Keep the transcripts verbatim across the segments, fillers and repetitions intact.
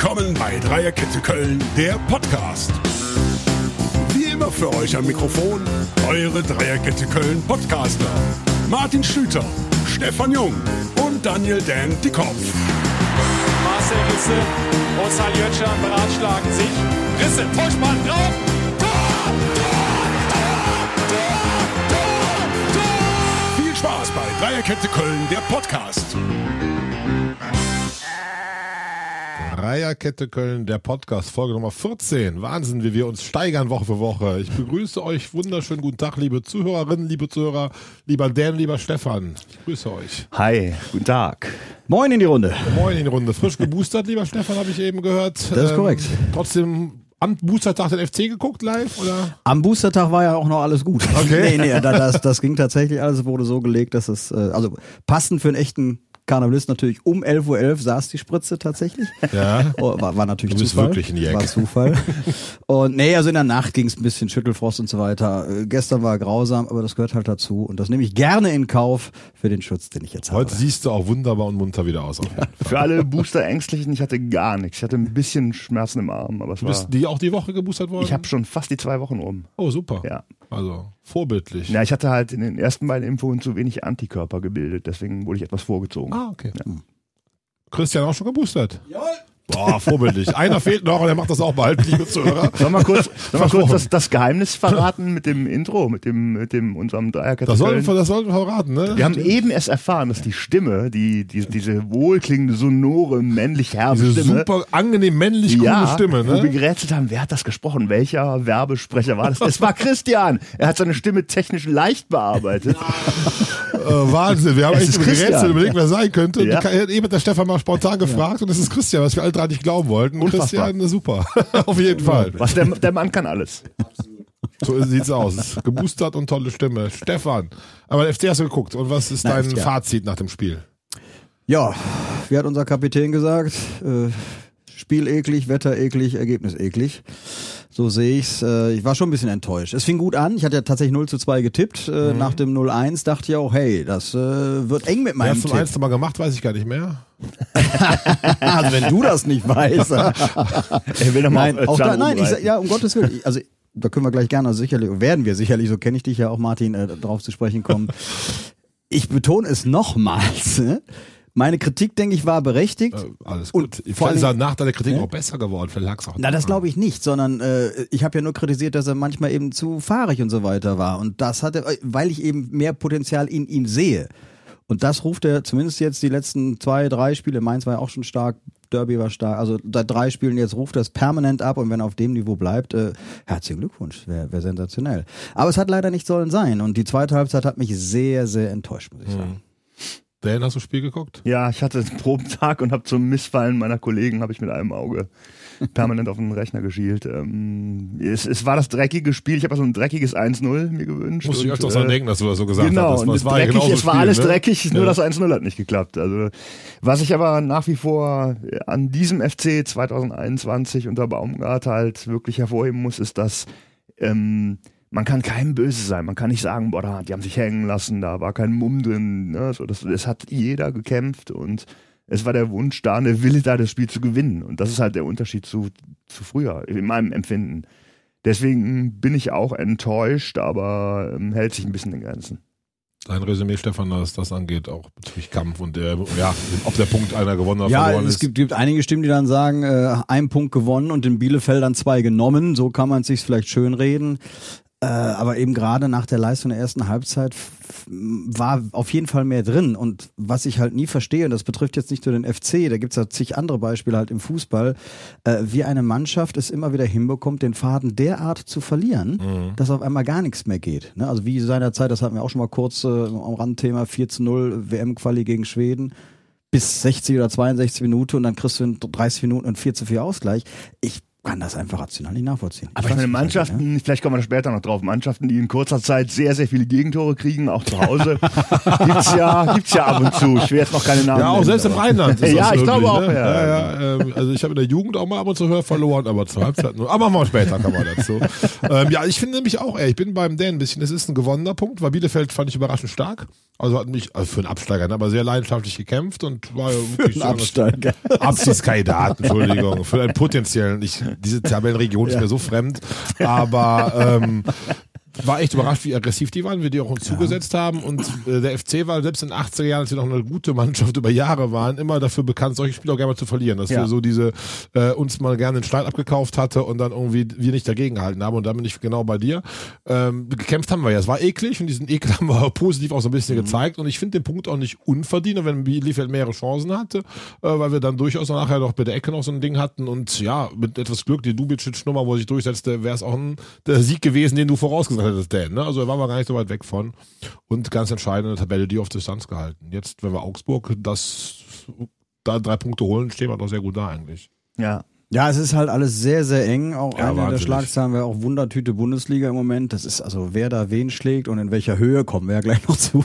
Willkommen bei Dreierkette Köln, der Podcast. Wie immer für euch am Mikrofon, eure Dreierkette Köln Podcaster. Martin Schlüter, Stefan Jung und Daniel Dan Dickkopf. Marcel Risse und Saljötschan beratschlagen sich. Risse, Vollspann drauf. Tor, Tor, Tor, Tor, Tor, Tor. Viel Spaß bei Dreierkette Köln, der Podcast. Dreierkette Köln, der Podcast, Folge Nummer vierzehn. Wahnsinn, wie wir uns steigern Woche für Woche. Ich begrüße euch, wunderschönen guten Tag, liebe Zuhörerinnen, liebe Zuhörer, lieber Dan, lieber Stefan. Ich grüße euch. Hi, guten Tag. Moin in die Runde. Moin in die Runde. Frisch geboostert, lieber Stefan, habe ich eben gehört. Das ist ähm, korrekt. Trotzdem am Boostertag den F C geguckt live, oder? Am Boostertag war ja auch noch alles gut. Okay. nee, nee, das, das ging tatsächlich alles, wurde so gelegt, dass es, also passend für einen echten Karnevalist natürlich um elf Uhr elf saß die Spritze tatsächlich. Ja. Oh, war, war natürlich du bist Zufall. Wirklich ein Jack. War Zufall. Und nee, also in der Nacht ging es ein bisschen Schüttelfrost und so weiter. Äh, gestern war grausam, aber das gehört halt dazu. Und das nehme ich gerne in Kauf für den Schutz, den ich jetzt habe. Heute siehst du auch wunderbar und munter wieder aus. Ja. Für alle Booster-Ängstlichen, ich hatte gar nichts. Ich hatte ein bisschen Schmerzen im Arm, aber es Du war... bist die auch die Woche geboostert worden? Ich habe schon fast die zwei Wochen rum. Oh, super. Ja. Also vorbildlich. Ja, ich hatte halt in den ersten beiden Impfungen zu wenig Antikörper gebildet, deswegen wurde ich etwas vorgezogen. Ah, okay. Ja. Christian auch schon geboostert? Jawohl. Boah, vorbildlich. Einer fehlt noch und er macht das auch bald, liebe Zuhörer. Sollen wir kurz, sollen wir kurz das, das Geheimnis verraten mit dem Intro, mit dem, mit dem unserem Dreierkette Das sollten Köln? wir, das sollten wir verraten, ne? Wir haben eben erst erfahren, dass die Stimme, die, die diese wohlklingende, sonore, männlich herbe Diese Stimme, super angenehm männlich coole ja, Stimme, wo wir ne? gerätselt haben, wer hat das gesprochen? Welcher Werbesprecher war das? Es war Christian. Er hat seine Stimme technisch leicht bearbeitet. äh, Wahnsinn. Wir haben Es echt ist gerätselt, Christian. überlegt, wer sein könnte. Ja. Und eben hat der Stefan mal spontan gefragt und es ist Christian, was wir alle drei nicht glauben wollten. Unfassbar. Christian, super. Auf jeden Fall. Was der, der Mann kann alles. So sieht's aus. Geboostert und tolle Stimme. Stefan, aber der F C hast du geguckt. Und was ist Na, dein ja. Fazit nach dem Spiel? Ja, wie hat unser Kapitän gesagt? Äh, Spiel eklig, Wetter eklig, Ergebnis eklig. So sehe ich's. Äh, ich war schon ein bisschen enttäuscht. Es fing gut an. Ich hatte ja tatsächlich null zu zwei getippt. Äh, mhm. Nach dem null eins dachte ich auch, hey, das äh, wird eng mit Wer meinem hat zum Tipp. eins mal gemacht, weiß ich gar nicht mehr. Also wenn du das nicht weißt. Er will noch mal Nein, auf, auch äh, da, nein, ich, umreiten. ja, um Gottes Willen. Ich, also da können wir gleich gerne, also sicherlich, werden wir sicherlich, so kenne ich dich ja auch, Martin, äh, drauf zu sprechen kommen. Ich betone es nochmals. Ne? Meine Kritik, denke ich, war berechtigt. Äh, alles Und gut. vor Vielleicht ist er allem- nach deiner Kritik Ja? auch besser geworden. Vielleicht lag's auch Na, das daran. glaube ich nicht, sondern äh, ich habe ja nur kritisiert, dass er manchmal eben zu fahrig und so weiter war. Und das hatte, weil ich eben mehr Potenzial in ihm sehe. Und das ruft er zumindest jetzt die letzten zwei, drei Spiele, Mainz war ja auch schon stark, Derby war stark, also seit drei Spielen jetzt ruft er es permanent ab und wenn er auf dem Niveau bleibt, äh, herzlichen Glückwunsch, wäre wär sensationell. Aber es hat leider nicht sollen sein und die zweite Halbzeit hat mich sehr, sehr enttäuscht, muss ich sagen. Dan, hast du das Spiel geguckt? Ja, ich hatte einen Probentag und habe zum Missfallen meiner Kollegen habe ich mit einem Auge permanent auf den Rechner geschielt. Ähm, es, es war das dreckige Spiel. Ich habe so ein dreckiges eins null mir gewünscht. Musste ich und, öfters dran äh, denken, dass du das so gesagt Genau, hattest. und Es es, war ja dreckig, genauso es war Spiel, alles ne? dreckig, nur Ja. das eins null hat nicht geklappt. Also, was ich aber nach wie vor an diesem F C zwanzig einundzwanzig unter Baumgart halt wirklich hervorheben muss, ist, dass ähm, man kann keinem böse sein. Man kann nicht sagen, boah, da, die haben sich hängen lassen, da war kein Mumm drin. Ne? So, das, es hat jeder gekämpft und es war der Wunsch da, eine Wille da, das Spiel zu gewinnen. Und das ist halt der Unterschied zu, zu früher, in meinem Empfinden. Deswegen bin ich auch enttäuscht, aber ähm, hält sich ein bisschen in Grenzen. Dein Resümee, Stefan, was das angeht, auch bezüglich Kampf und der, ja, ob der Punkt einer gewonnen oder Ja, verloren es ist. gibt, gibt einige Stimmen, die dann sagen, äh, ein Punkt gewonnen und in Bielefeld dann zwei genommen. So kann man es sich vielleicht schönreden. Äh, aber eben gerade nach der Leistung der ersten Halbzeit f- war auf jeden Fall mehr drin. Und was ich halt nie verstehe, und das betrifft jetzt nicht nur den F C, da gibt's ja zig andere Beispiele halt im Fußball, äh, wie eine Mannschaft es immer wieder hinbekommt, den Faden derart zu verlieren, Mhm. dass auf einmal gar nichts mehr geht. Ne? Also wie seinerzeit, das hatten wir auch schon mal kurz äh, am Randthema, vier zu null W M-Quali gegen Schweden. Bis sechzig oder zweiundsechzig Minuten und dann kriegst du in dreißig Minuten und vier zu vier Ausgleich. Ich kann das einfach rational nicht nachvollziehen. Aber ich meine, Mannschaften, ja. vielleicht kommen wir da später noch drauf, Mannschaften, die in kurzer Zeit sehr, sehr viele Gegentore kriegen, auch zu Hause, gibt's ja, gibt's ja ab und zu. Ich will jetzt noch keine Namen Ja, auch nennen, selbst im Rheinland. Ist ja, das ich möglich, glaube auch. Ne? Ja. Ja, ja, ähm, also ich habe in der Jugend auch mal ab und zu höher verloren, aber zur Halbzeit nur. Aber machen wir später, kann man dazu. ähm, ja, ich finde nämlich auch, ey, ich bin beim Dan ein bisschen, es ist ein gewonnener Punkt, weil Bielefeld fand ich überraschend stark. Also hat mich, also für einen Absteiger, ne, aber sehr leidenschaftlich gekämpft und war ja wirklich Für einen Absteiger. Abstiegskandidaten, Entschuldigung, für einen potenziellen, ich, diese Tabellenregion ist Ja. mir so fremd, aber ähm, war echt überrascht, wie aggressiv die waren, wie die auch uns zugesetzt haben und äh, der F C war selbst in den achtziger Jahren, als wir noch eine gute Mannschaft über Jahre waren, immer dafür bekannt, solche Spiele auch gerne mal zu verlieren, dass Ja. wir so diese äh, uns mal gerne den Schneid abgekauft hatte und dann irgendwie wir nicht dagegen gehalten haben und da bin ich genau bei dir. Ähm, gekämpft haben wir ja, es war eklig und diesen Ekel haben wir positiv auch so ein bisschen mhm. gezeigt und ich finde den Punkt auch nicht unverdient, wenn Bielefeld mehrere Chancen hatte, äh, weil wir dann durchaus nachher noch bei der Ecke noch so ein Ding hatten und ja, mit etwas Glück, die Dubicic-Nummer, wo er sich durchsetzte, wäre es auch ein der Sieg gewesen, den du vorausgesagt hättest, Dan, ne? Also da waren wir gar nicht so weit weg von. Und ganz entscheidende Tabelle, die auf Distanz gehalten. Jetzt, wenn wir Augsburg das da drei Punkte holen, stehen wir doch sehr gut da eigentlich. Ja. Ja, es ist halt alles sehr, sehr eng. Auch Ja, eine der wahnsinnig. Schlagzeilen wäre auch Wundertüte Bundesliga im Moment. Das ist also, wer da wen schlägt und in welcher Höhe, kommen wir ja gleich noch zu.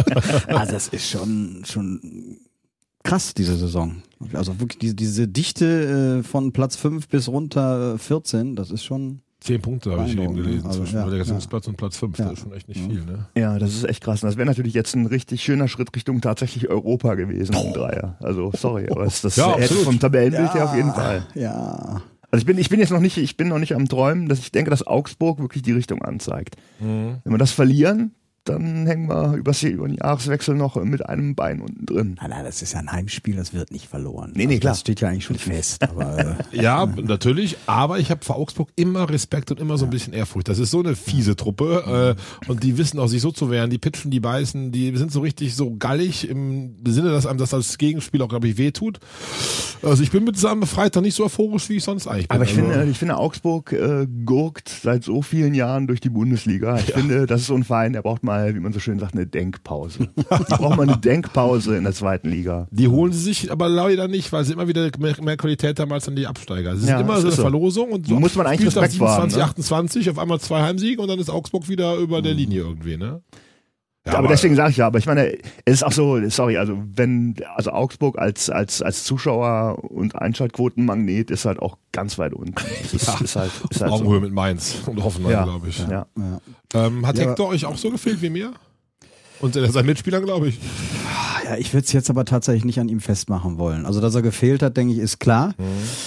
Also das ist schon, schon krass, diese Saison. Also wirklich diese, diese Dichte äh, von Platz fünf bis runter vierzehn, das ist schon... Zehn Punkte habe ich eben gelesen, Also, zwischen ja, Relegationsplatz und Platz fünf. Ja. Das ist schon echt nicht viel, ne? Ja, das ist echt krass. Und das wäre natürlich jetzt ein richtig schöner Schritt Richtung tatsächlich Europa gewesen, ein Dreier. Also sorry, aber das, das Ja, hätte absolut. vom Tabellenbild her auf jeden Fall. Ja. Also ich bin, ich bin jetzt noch nicht, ich bin noch nicht am Träumen, dass ich denke, dass Augsburg wirklich die Richtung anzeigt. Mhm. Wenn wir das verlieren, dann hängen wir übers, über den Jahreswechsel noch mit einem Bein unten drin. Nein, nein, das ist ja ein Heimspiel, das wird nicht verloren. Nee, nee, klar. Das steht ja eigentlich schon fest. Aber, äh, Ja, natürlich, aber ich habe vor Augsburg immer Respekt und immer so ein bisschen Ehrfurcht. Das ist so eine fiese Truppe äh, und die wissen auch, sich so zu wehren, die pitchen, die beißen, die sind so richtig so gallig im Sinne, dass einem das als Gegenspiel auch, glaube ich, wehtut. Also ich bin mit Sam Freitag nicht so euphorisch, wie ich sonst eigentlich bin. Aber ich also, finde, ich finde, Augsburg äh, gurkt seit so vielen Jahren durch die Bundesliga. Ich finde, das ist so ein Verein, der braucht mal, wie man so schön sagt, eine Denkpause. Die braucht mal eine Denkpause in der zweiten Liga. Die holen sie sich aber leider nicht, weil sie immer wieder mehr, mehr Qualität haben als dann die Absteiger. Sie sind Ja, immer das so eine ist so. Verlosung und so Muss man eigentlich Spieltag Respekt vor haben, siebenundzwanzig, ne? achtundzwanzig, auf einmal zwei Heimsiege und dann ist Augsburg wieder über der Linie irgendwie, ne? Ja, aber, deswegen sage ich ja, aber ich meine, es ist auch so, sorry, also wenn, also Augsburg als, als, als Zuschauer und Einschaltquotenmagnet ist halt auch ganz weit unten. Es ist, Ja, ist halt, ist auf halt Augenhöhe so. mit Mainz und Hoffenheim, Ja. glaube ich. Ja. ja. Ähm, hat Ja, Hector euch auch so gefehlt wie mir? Und äh, seinen Mitspielern, glaube ich. Ja, ich würde es jetzt aber tatsächlich nicht an ihm festmachen wollen. Also, dass er gefehlt hat, denke ich, ist klar. Mhm.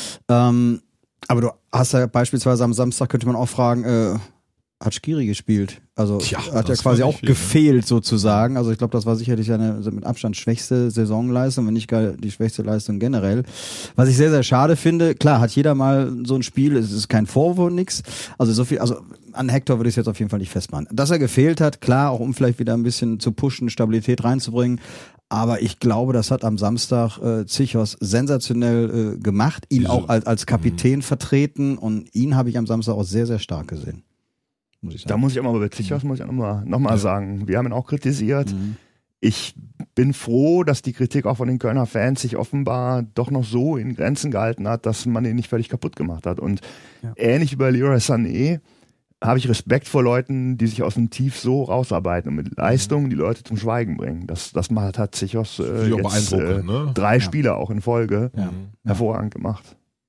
Ähm, aber du hast ja beispielsweise am Samstag, könnte man auch fragen, äh, hat Skiri gespielt. Also Tja, hat ja das quasi war auch nicht viel, gefehlt, ne? Sozusagen. Also ich glaube, das war sicherlich seine mit Abstand schwächste Saisonleistung, wenn nicht gar die schwächste Leistung generell. Was ich sehr, sehr schade finde, klar, hat jeder mal so ein Spiel, es ist kein Vorwurf und nix. Also so viel, also an Hector würde ich es jetzt auf jeden Fall nicht festmachen. Dass er gefehlt hat, klar, auch um vielleicht wieder ein bisschen zu pushen, Stabilität reinzubringen. Aber ich glaube, das hat am Samstag äh, Zichos sensationell äh, gemacht, ihn Diese, auch als, als Kapitän mhm. vertreten und ihn habe ich am Samstag auch sehr, sehr stark gesehen. Muss ich sagen. Da muss ich auch mal bei Zichos muss ich auch nochmal noch mal Ja. sagen, wir haben ihn auch kritisiert. Mhm. Ich bin froh, dass die Kritik auch von den Kölner Fans sich offenbar doch noch so in Grenzen gehalten hat, dass man ihn nicht völlig kaputt gemacht hat. Und Ja. ähnlich wie bei Leroy Sané habe ich Respekt vor Leuten, die sich aus dem Tief so rausarbeiten und mit Leistung die Leute zum Schweigen bringen. Das, das macht, hat Zichos äh, Natürlich auch jetzt äh, beeindruckend, ne? drei Spiele auch in Folge Ja. hervorragend gemacht.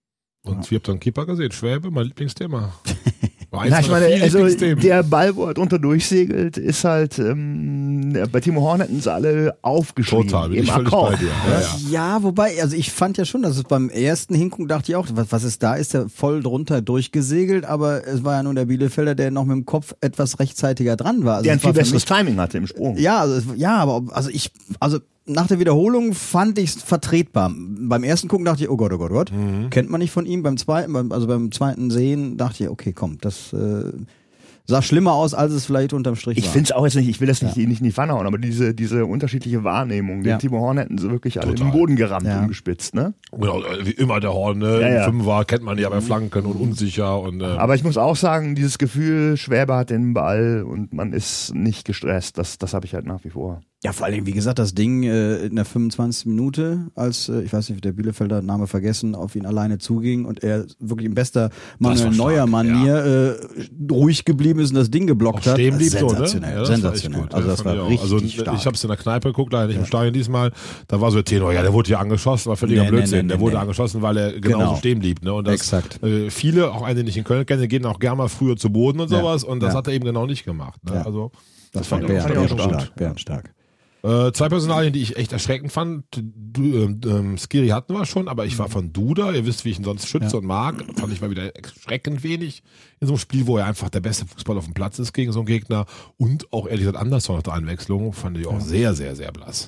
Und wie habt ihr einen Keeper gesehen? Schwäbe, mein Lieblingsthema. War eins Na, ich meiner meine, vielen also Lieblingsthemen. der Ball, wo er drunter durchsegelt, ist halt, ähm, bei Timo Horn hätten sie alle aufgeschrieben. Total, bin im ich völlig Akkord. bei dir. Ja, ja. Ja, wobei, also ich fand ja schon, dass es beim ersten Hingucken dachte ich auch, was, was ist da, ist der voll drunter durchgesegelt, aber es war ja nun der Bielefelder, der noch mit dem Kopf etwas rechtzeitiger dran war. Also Der ein es war viel für besseres mich- Timing hatte im Sprung. Ja, also, es- ja, aber ob- also ich, also nach der Wiederholung fand ich es vertretbar. Beim ersten Gucken dachte ich, oh Gott, oh Gott, oh Gott, Mhm. kennt man nicht von ihm. Beim zweiten, beim, also beim zweiten Sehen dachte ich, okay, komm, das äh, sah schlimmer aus, als es vielleicht unterm Strich Ich war. finde es auch jetzt nicht, ich will das nicht, nicht in die Pfanne hauen, aber diese, diese unterschiedliche Wahrnehmung, den Ja. Timo Horn hätten sie wirklich alle Total. im Boden gerammt Ja. und gespitzt, ne? Genau, äh, wie immer der Horn, ne? Ja, ja. Fünfer kennt man ja bei Flanken und unsicher und äh, Aber ich muss auch sagen, dieses Gefühl, Schwäbe hat den Ball und man ist nicht gestresst, das, das habe ich halt nach wie vor. Ja, vor allem, wie gesagt, das Ding äh, in der fünfundzwanzigsten Minute, als, äh, ich weiß nicht, der Bielefelder Name vergessen, auf ihn alleine zuging und er wirklich in bester Manuel Neuer Manier ja. äh, ruhig geblieben ist und das Ding geblockt auch stehen hat. blieb, Sensationell, so, ne? ja, das sensationell. War gut, also ja, das war ich richtig also, stark. Ich habe es in der Kneipe geguckt, leider nicht ja. im Stadion diesmal. Da war so der Tenor, ja, der wurde hier angeschossen, war völliger nee, Blödsinn. Nee, nee, der nee, wurde nee. angeschossen, weil er genauso genau. stehen blieb. Ne? Und das, Exakt. Äh, viele, auch einige, die ich in Köln kenne, gehen auch gerne mal früher zu Boden und ja. sowas und das ja. hat er eben genau nicht gemacht. Ne? Ja. Also das, das war fand ich Bernd, auch Bernd stark. stark. Bernd stark. Äh, zwei Personalien, die ich echt erschreckend fand. Du, ähm, ähm, Skiri hatten wir schon, aber ich war von Duda, ihr wisst, wie ich ihn sonst schütze Ja. und mag, fand ich mal wieder erschreckend wenig in so einem Spiel, wo er einfach der beste Fußballer auf dem Platz ist gegen so einen Gegner und auch ehrlich gesagt Anderson nach der Einwechslung, fand ich auch Ja. sehr, sehr, sehr blass.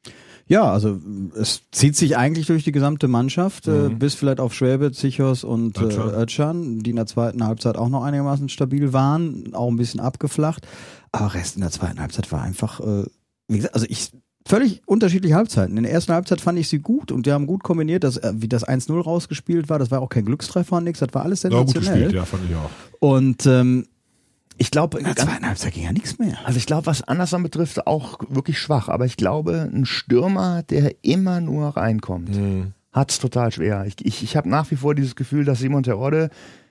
Ja, also es zieht sich eigentlich durch die gesamte Mannschaft, Mhm. äh, bis vielleicht auf Schwäbe, Zichos und äh, Özcan. Özcan, die in der zweiten Halbzeit auch noch einigermaßen stabil waren, auch ein bisschen abgeflacht. Aber Rest in der zweiten Halbzeit war einfach, äh, wie gesagt, also ich völlig unterschiedliche Halbzeiten. In der ersten Halbzeit fand ich sie gut und die haben gut kombiniert, dass, äh, wie das eins null rausgespielt war, das war auch kein Glückstreffer und nix, das war alles Ja, gut sensationell. gespielt, ja, fand ich auch. Und ähm, Ich glaube, in der zweiten Halbzeit ging ja nichts mehr. Also ich glaube, was Anderson betrifft, auch wirklich schwach. Aber ich glaube, ein Stürmer, der immer nur reinkommt, Mhm. hat's total schwer. Ich, ich, ich habe nach wie vor dieses Gefühl, dass Simon Terodde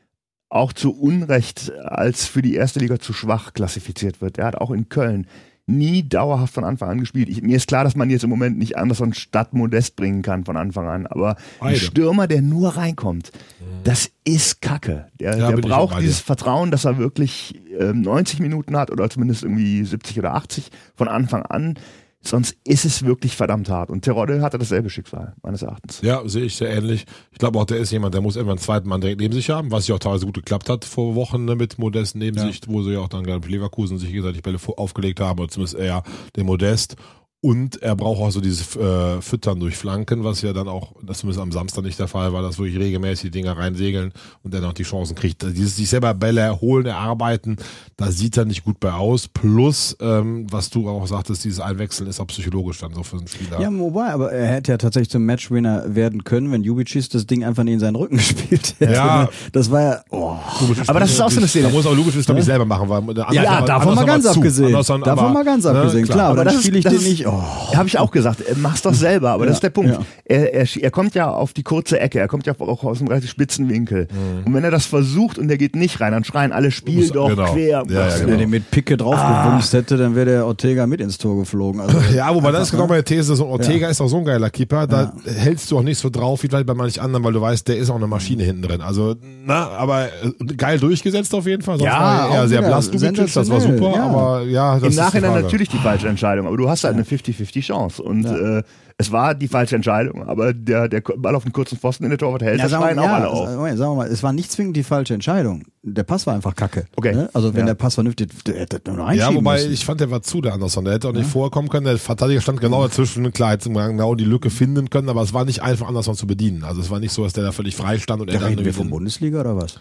auch zu Unrecht als für die erste Liga zu schwach klassifiziert wird. Er hat auch in Köln nie dauerhaft von Anfang an gespielt. Ich, mir ist klar, dass man jetzt im Moment nicht Anderson statt Modest bringen kann von Anfang an, aber Beide. ein Stürmer, der nur reinkommt, das ist Kacke. Der, Ja, der bin ich auch braucht bei dieses dir. Vertrauen, dass er wirklich ähm, neunzig Minuten hat oder zumindest irgendwie siebzig oder achtzig von Anfang an. Sonst ist es wirklich verdammt hart. Und Terodde hatte dasselbe Schicksal, meines Erachtens. Ja, sehe ich sehr ähnlich. Ich glaube auch, der ist jemand, der muss irgendwann einen zweiten Mann direkt neben sich haben, was ja auch teilweise gut geklappt hat vor Wochen ne, mit Modest neben Ja. sich, wo sie ja auch dann gerade Leverkusen sich gegenseitig Bälle vor- aufgelegt haben, oder zumindest eher den Modest. Und er braucht auch so dieses äh, Füttern durch Flanken, was ja dann auch, das zumindest am Samstag nicht der Fall war, dass wirklich regelmäßig die Dinger reinsegeln und er noch die Chancen kriegt. Dieses sich selber Bälle erholen, erarbeiten, da sieht er nicht gut bei aus. Plus, ähm, was du auch sagtest, dieses Einwechseln ist auch psychologisch dann so für einen Spieler. Ja, wobei, aber er hätte ja tatsächlich zum Matchwinner werden können, wenn Jubicic das Ding einfach nicht in seinen Rücken gespielt hätte. Ja. Das war ja, oh. Aber das ist auch so eine Szene. Da muss auch Lukic glaube ich selber machen, weil der andere- Ja, aber davon mal Anderson ganz war zu. abgesehen. Anderson Davon aber- mal ganz ne, abgesehen, klar. Aber, Aber dann das ist- spiele ich das den ist- nicht, oh. Habe ich auch gesagt, äh, mach's doch selber, aber das Ja, ist der Punkt. ja. Er, er, er kommt ja auf die kurze Ecke, er kommt ja auch aus einem relativ spitzen Winkel. Mhm. Und wenn er das versucht und der geht nicht rein, dann schreien alle, spiel Muss- doch genau. quer. Ja, ja, Wenn genau. er den mit Picke draufgewumst hätte, dann wäre der Ortega mit ins Tor geflogen. Also, Ja, wobei das ist genau meine These, so ein Ortega Ja. ist auch so ein geiler Keeper, da hältst du auch nicht so drauf wie vielleicht bei manch anderen, weil du weißt, der ist auch eine Maschine hinten drin. Also, na, aber äh, geil durchgesetzt auf jeden Fall. Sonst Ja, war er eher auch sehr wieder blass, Lubicic, das war sensationell, super, ja. aber ja, das Im ist die Nachhinein Frage. natürlich die falsche Entscheidung, aber du hast halt eine fünfzig fünfzig Chance. Und äh, es war die falsche Entscheidung, aber der, der Ball auf den kurzen Pfosten in der Torwart hält, Ja, da sagen, schreien wir, auch ja, alle auf. sagen wir mal, es war nicht zwingend die falsche Entscheidung. Der Pass war einfach kacke. Okay. Ne? Also wenn Ja. der Pass vernünftig, der hätte nur noch einschieben Ja, wobei müssen. ich fand, der war zu, der Anderson. Der hätte auch nicht vorkommen können. Der Verteidiger stand genau dazwischen. Klar, hätte genau die Lücke finden können, aber es war nicht einfach, Anderson zu bedienen. Also es war nicht so, dass der da völlig frei stand und er Da dann reden wir irgendwie von Bundesliga oder was?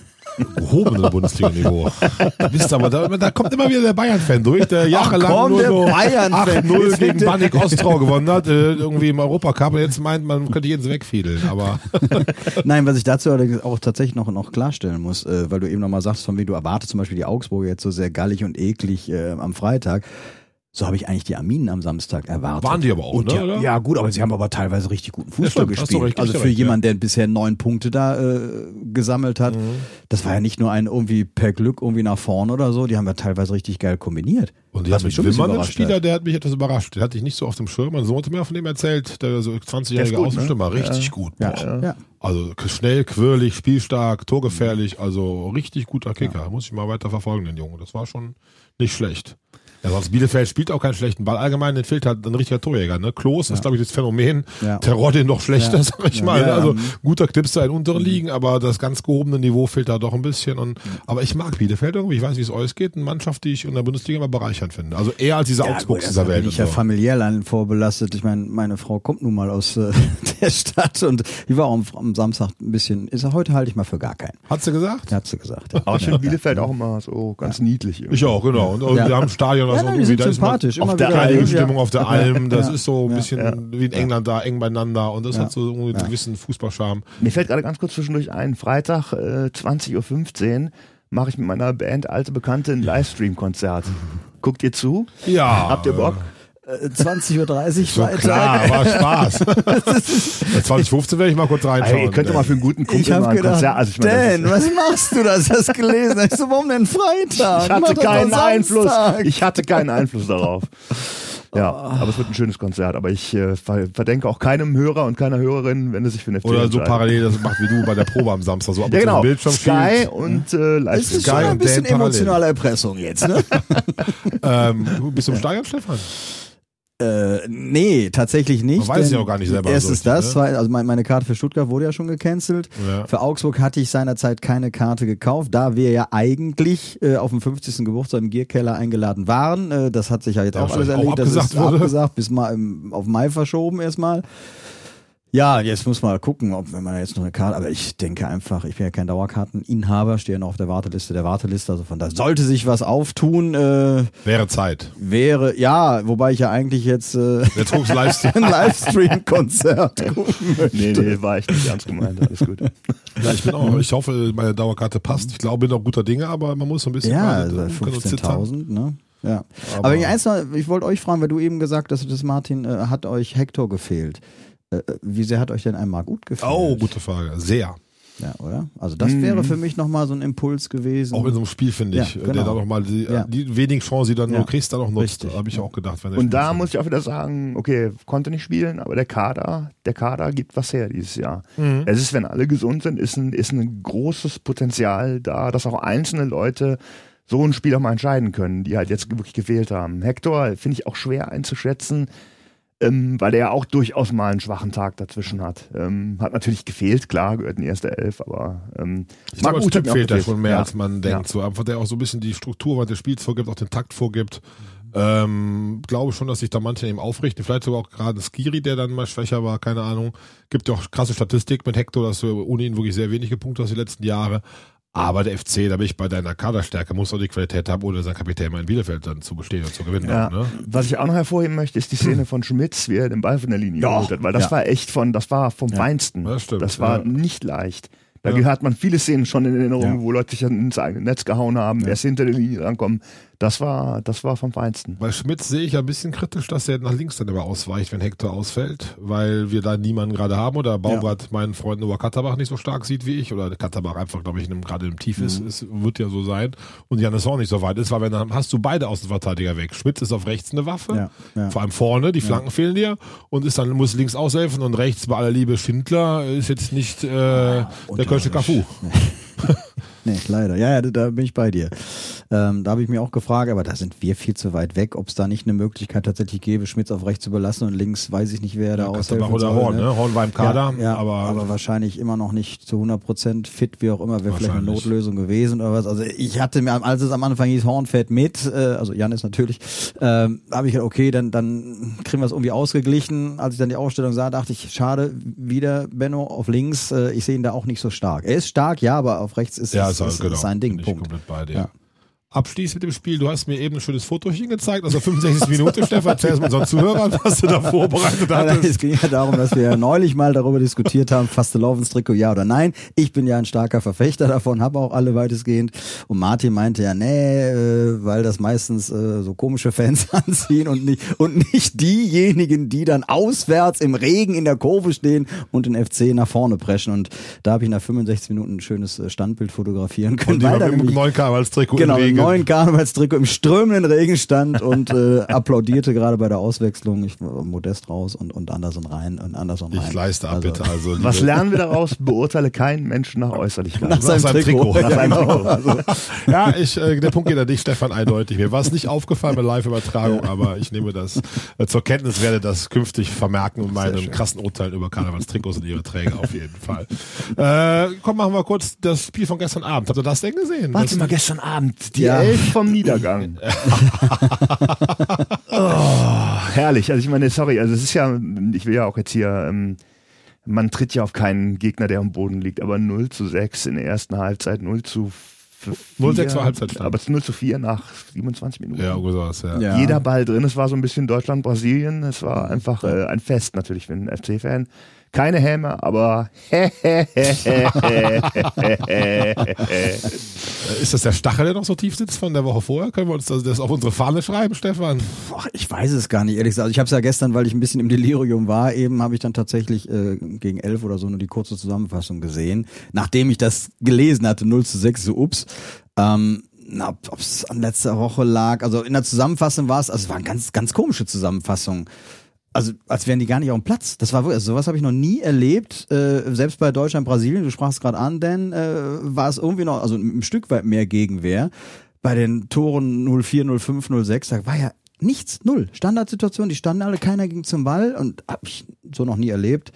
gehobene Bundesliga-Niveau. Wisst aber, da, da kommt immer wieder der Bayern-Fan durch, der jahrelang komm, nur der so Bayern-Fan. acht null Jetzt gegen der- Banik Ostrau gewonnen hat, äh, irgendwie im Europacup und jetzt meint, man könnte jeden wegfiedeln, aber Nein, was ich dazu allerdings auch tatsächlich noch, noch klarstellen muss, äh, weil du eben nochmal sagst, von wem du erwartest, zum Beispiel die Augsburger jetzt so sehr gallig und eklig äh, am Freitag. So habe ich eigentlich die Arminen am Samstag erwartet. Waren die aber auch, Und ne, ja, oder? ja, gut, aber sie haben aber teilweise richtig guten Fußball stimmt, hast du gespielt. recht, also hast du für recht, jemanden, der bisher neun Punkte da äh, gesammelt hat, das war ja nicht nur ein irgendwie per Glück irgendwie nach vorne oder so, die haben ja teilweise richtig geil kombiniert. und die Was hat mich mit schon ein bisschen Wimmern einen überrascht Spieler, hat. der hat mich etwas überrascht. Den hatte ich nicht so auf dem Schirm. Mein Sohn hatte mir von dem erzählt, der so zwanzigjährige Der ist gut, ne? Außenstürmer, richtig gut. Ja, Boah. ja. Also schnell, quirlig, spielstark, torgefährlich, also richtig guter Kicker. Muss ich mal weiter verfolgen, den Jungen. Das war schon nicht schlecht. Ja, sonst Bielefeld spielt auch keinen schlechten Ball. Allgemein, den fehlt halt ein richtiger Torjäger. Ne? Klos ist, glaube ich, das Phänomen. Ja. Terodde noch schlechter, Ja. sag ich Ja. mal. Ja. Also guter Knipser in unteren Ligen, aber das ganz gehobene Niveau fehlt da doch ein bisschen. Und, aber ich mag Bielefeld irgendwie. Ich weiß, wie es euch geht. Eine Mannschaft, die ich in der Bundesliga immer bereichernd finde. Also eher als diese Ja, Augsburgs gut, dieser also Welt. bin ich und ja so. familiär allein vorbelastet. Ich meine, meine Frau kommt nun mal aus äh, der Stadt und die war auch am, am Samstag ein bisschen, ist er heute halte ich mal für gar keinen. Hat sie gesagt? Hat sie gesagt. Ja. Aber ich finde Bielefeld auch immer so ganz niedlich. irgendwie. Ich auch, genau. Und, und Ja. wir haben ein Stadion, also Ja, nein, die irgendwie, sind da ist man sympathisch. auf Immer der wieder. keine Alm, Stimmung auf der Alm. Das Ja. ist so ein Ja. bisschen Ja. wie in England da, eng beieinander. Und das Ja. hat so irgendwie einen gewissen Fußballcharme. Mir fällt gerade ganz kurz zwischendurch ein, Freitag äh, zwanzig Uhr fünfzehn mache ich mit meiner Band Alte Bekannte ein Livestream-Konzert. Guckt ihr zu? Ja. Habt ihr Bock? zwanzig Uhr dreißig So Freitag. klar, war Spaß. zwanzig fünfzehn werde ich mal kurz reinschauen. Ey, ihr könnt doch mal für einen guten Kumpel Ich mal habe ein gedacht, Konzert. Also ich meine, Dan, was machst du das? Hast du gelesen? Ich so, warum denn Freitag? ich Mach hatte doch keinen doch Einfluss. Samstag. Ich hatte keinen Einfluss darauf. Ja, aber es wird ein schönes Konzert. Aber ich äh, ver- verdenke auch keinem Hörer und keiner Hörerin, wenn er sich für eine F C Oder so entscheidet. parallel, das macht wie du bei der Probe am Samstag, so ab und Ja, zu genau. den Bildschirm Sky schiebst. und äh, Das ist Livestream. schon Geil, ein bisschen Dan parallel. emotionale Erpressung jetzt, ne? Ähm, du bist im Stadion, Stefan? Äh, nee, tatsächlich nicht. Man weiß denn ja auch gar nicht selber Erstens so richtig, das, ne? zwei, also mein, meine Karte für Stuttgart wurde ja schon gecancelt. Ja. Für Augsburg hatte ich seinerzeit keine Karte gekauft, da wir ja eigentlich äh, auf dem fünfzigsten Geburtstag im Gierkeller eingeladen waren. Äh, das hat sich ja jetzt Ja, auch alles wahrscheinlich erledigt. auch Das abgesagt ist wurde. abgesagt, bis mal im, auf Mai verschoben erstmal. Ja, jetzt muss man mal gucken, ob wenn man jetzt noch eine Karte, aber ich denke einfach, ich bin ja kein Dauerkarteninhaber, stehe ja noch auf der Warteliste der Warteliste, also von da sollte sich was auftun, äh, Wäre Zeit. wäre, ja, wobei ich ja eigentlich jetzt äh, Jetzt guckst du Livestream. ein Livestream-Konzert gucken möchte. Nee, nee, war echt nicht ernst gemeint. Alles gut. Ja, ich bin auch, ich hoffe, meine Dauerkarte passt. Ich glaube, bin auch guter Dinge, aber man muss so ein bisschen Ja, mal, also äh, können uns zittern. fünfzehntausend, ne? Ja. Aber- Aber, ich, eins noch, ich wollte euch fragen, weil du eben gesagt hast, das Martin, äh, hat euch Hector gefehlt. Äh, wie sehr hat euch denn einmal gut gefehlt? Oh, gute Frage. Sehr. Ja, oder? Also das wäre für mich nochmal so ein Impuls gewesen. Auch in so einem Spiel, finde ich, Ja, der genau. da nochmal die, Ja. die wenigen Chancen, die du dann Ja. nur kriegst, dann auch nutzt. Richtig. Habe ich auch gedacht. Wenn der Und da spielt. muss ich auch wieder sagen, okay, konnte nicht spielen, aber der Kader, der Kader gibt was her dieses Jahr. Mhm. Es ist, wenn alle gesund sind, ist ein, ist ein großes Potenzial da, dass auch einzelne Leute so ein Spiel auch mal entscheiden können, die halt jetzt wirklich gewählt haben. Hector finde ich auch schwer einzuschätzen, ähm, weil er ja auch durchaus mal einen schwachen Tag dazwischen hat. Ähm, hat natürlich gefehlt, klar, gehört in die erste Elf, aber ähm, Ich glaube, als Uth hat Typ mir auch fehlt da gefehlt. schon mehr, Ja. als man denkt. Ja. So einfach, der auch so ein bisschen die Struktur des Spiels vorgibt, auch den Takt vorgibt. Ähm, glaube schon, dass sich da manche eben aufrichten. Vielleicht sogar auch gerade Skiri, der dann mal schwächer war, keine Ahnung. Gibt ja auch krasse Statistik mit Hector, dass du ohne ihn wirklich sehr wenige Punkte hast die letzten Jahre. Aber der F C, da bin ich bei deiner Kaderstärke, muss auch die Qualität haben, ohne sein Kapitän mal in Bielefeld dann zu bestehen und zu gewinnen. Ja. Auch, ne? Was ich auch noch hervorheben möchte, ist die Szene von Schmitz, wie er den Ball von der Linie geholt hat, weil das Ja. war echt von, das war vom Feinsten. das stimmt, Das war ja. nicht leicht. Da Ja. hat man viele Szenen schon in Erinnerung, Ja. wo Leute sich dann ins eigene Netz gehauen haben, erst hinter der Linie rankommen. Das war, das war vom Feinsten. Bei Schmitz sehe ich ja ein bisschen kritisch, dass er nach links dann aber ausweicht, wenn Hector ausfällt, weil wir da niemanden gerade haben oder Baumgart meinen Freund Noah Katterbach nicht so stark sieht wie ich oder Katterbach einfach, glaube ich, in einem, gerade im Tief ist, es wird ja so sein und Janis auch nicht so weit ist, weil wenn dann hast du beide Außenverteidiger weg. Schmitz ist auf rechts eine Waffe, Ja, ja. vor allem vorne, die Flanken fehlen dir und ist dann muss links aushelfen und rechts bei aller Liebe Schindler ist jetzt nicht äh, der Kölsche Cafu. Nee, leider. Ja, ja, da, da bin ich bei dir. Ähm, da habe ich mir auch gefragt, aber da sind wir viel zu weit weg, ob es da nicht eine Möglichkeit tatsächlich gäbe, Schmitz auf rechts zu belassen und links weiß ich nicht, wer da aushelfen Katterbach oder soll. Horn, ne? Horn war im Kader, ja, ja, aber, aber wahrscheinlich immer noch nicht zu hundert Prozent fit, wie auch immer, wäre vielleicht eine Wahrscheinlich. Notlösung gewesen oder was. Also ich hatte mir, als es am Anfang hieß, Horn fährt mit, äh, also Janis natürlich, ähm, habe ich gedacht, okay, dann, dann kriegen wir es irgendwie ausgeglichen. Als ich dann die Aufstellung sah, dachte ich, schade, wieder Benno auf links, äh, ich sehe ihn da auch nicht so stark. Er ist stark, ja, aber auf rechts ist, ja, ist, ist, ist, genau, ist sein Ding, bin ich Punkt. komplett bei dir. Ja. Abschließend mit dem Spiel, du hast mir eben ein schönes Fotochen gezeigt, also fünfundsechzig Minuten, Stefan, erzähl es mit unseren Zuhörern, was du da vorbereitet Nein, hattest. es ging ja darum, dass wir ja neulich mal darüber diskutiert haben, Fastelovens-Trikot ja oder nein. Ich bin ja ein starker Verfechter davon, habe auch alle weitestgehend. Und Martin meinte ja, nee, äh, weil das meistens äh, so komische Fans anziehen und nicht, und nicht diejenigen, die dann auswärts im Regen in der Kurve stehen und den F C nach vorne preschen. Und da habe ich nach fünfundsechzig Minuten ein schönes äh, Standbild fotografieren können. Und die weil da mit dem nämlich- neuen Karnevalstrikot Genau, im im Regen. neuen Karnevalstrikot im strömenden Regen stand und äh, applaudierte gerade bei der Auswechslung. Ich war modest raus und, und Anderson rein und Anderson rein. Ich leiste ab, bitte. Also, liebe- Was lernen wir daraus? Beurteile keinen Menschen nach Äußerlichkeit. Nach seinem seinem Trikot. Trikot. Nach seinem Ja, genau. Trikot. Also, Ja, ich, äh, der Punkt geht an dich, Stefan, eindeutig. Mir war es nicht aufgefallen bei Live-Übertragung, aber ich nehme das äh, zur Kenntnis, werde das künftig vermerken in meinen krassen Urteilen über Karnevalstrikots und ihre Träger auf jeden Fall. Äh, komm, machen wir kurz das Spiel von gestern Abend. Habt ihr das denn gesehen? Warte Das- mal, gestern Abend, die Ja. Elf vom Niedergang. oh, herrlich. Also ich meine, sorry, also es ist ja, ich will ja auch jetzt hier, ähm, man tritt ja auf keinen Gegner, der am Boden liegt, aber null zu sechs in der ersten Halbzeit, null zu vier. null zu sechs war Halbzeitstand. Aber es ist null zu vier nach siebenundzwanzig Minuten. Ja, irgendwie sowas, ja. Ja. Jeder Ball drin, es war so ein bisschen Deutschland-Brasilien, es war einfach äh, ein Fest natürlich für einen F C-Fan. keine Häme, aber Ist das der Stachel, der noch so tief sitzt von der Woche vorher? Können wir uns das, das auf unsere Fahne schreiben, Stefan? Boah, ich weiß es gar nicht, ehrlich gesagt. Also ich habe es ja gestern, weil ich ein bisschen im Delirium war, eben habe ich dann tatsächlich äh, gegen elf oder so nur die kurze Zusammenfassung gesehen. Nachdem ich das gelesen hatte, null zu sechs, so ups. Ähm, na, ob es an letzter Woche lag. Also in der Zusammenfassung war es, also es war eine ganz, ganz komische Zusammenfassung. Also als wären die gar nicht auf dem Platz. Das war wirklich, also sowas habe ich noch nie erlebt. Äh, selbst bei Deutschland, Brasilien, du sprachst gerade an, Dan, äh, war es irgendwie noch, also ein Stück weit mehr Gegenwehr. Bei den Toren null vier, null fünf, null sechs, da war ja nichts, null. Standardsituation, die standen alle, keiner ging zum Ball und habe ich so noch nie erlebt.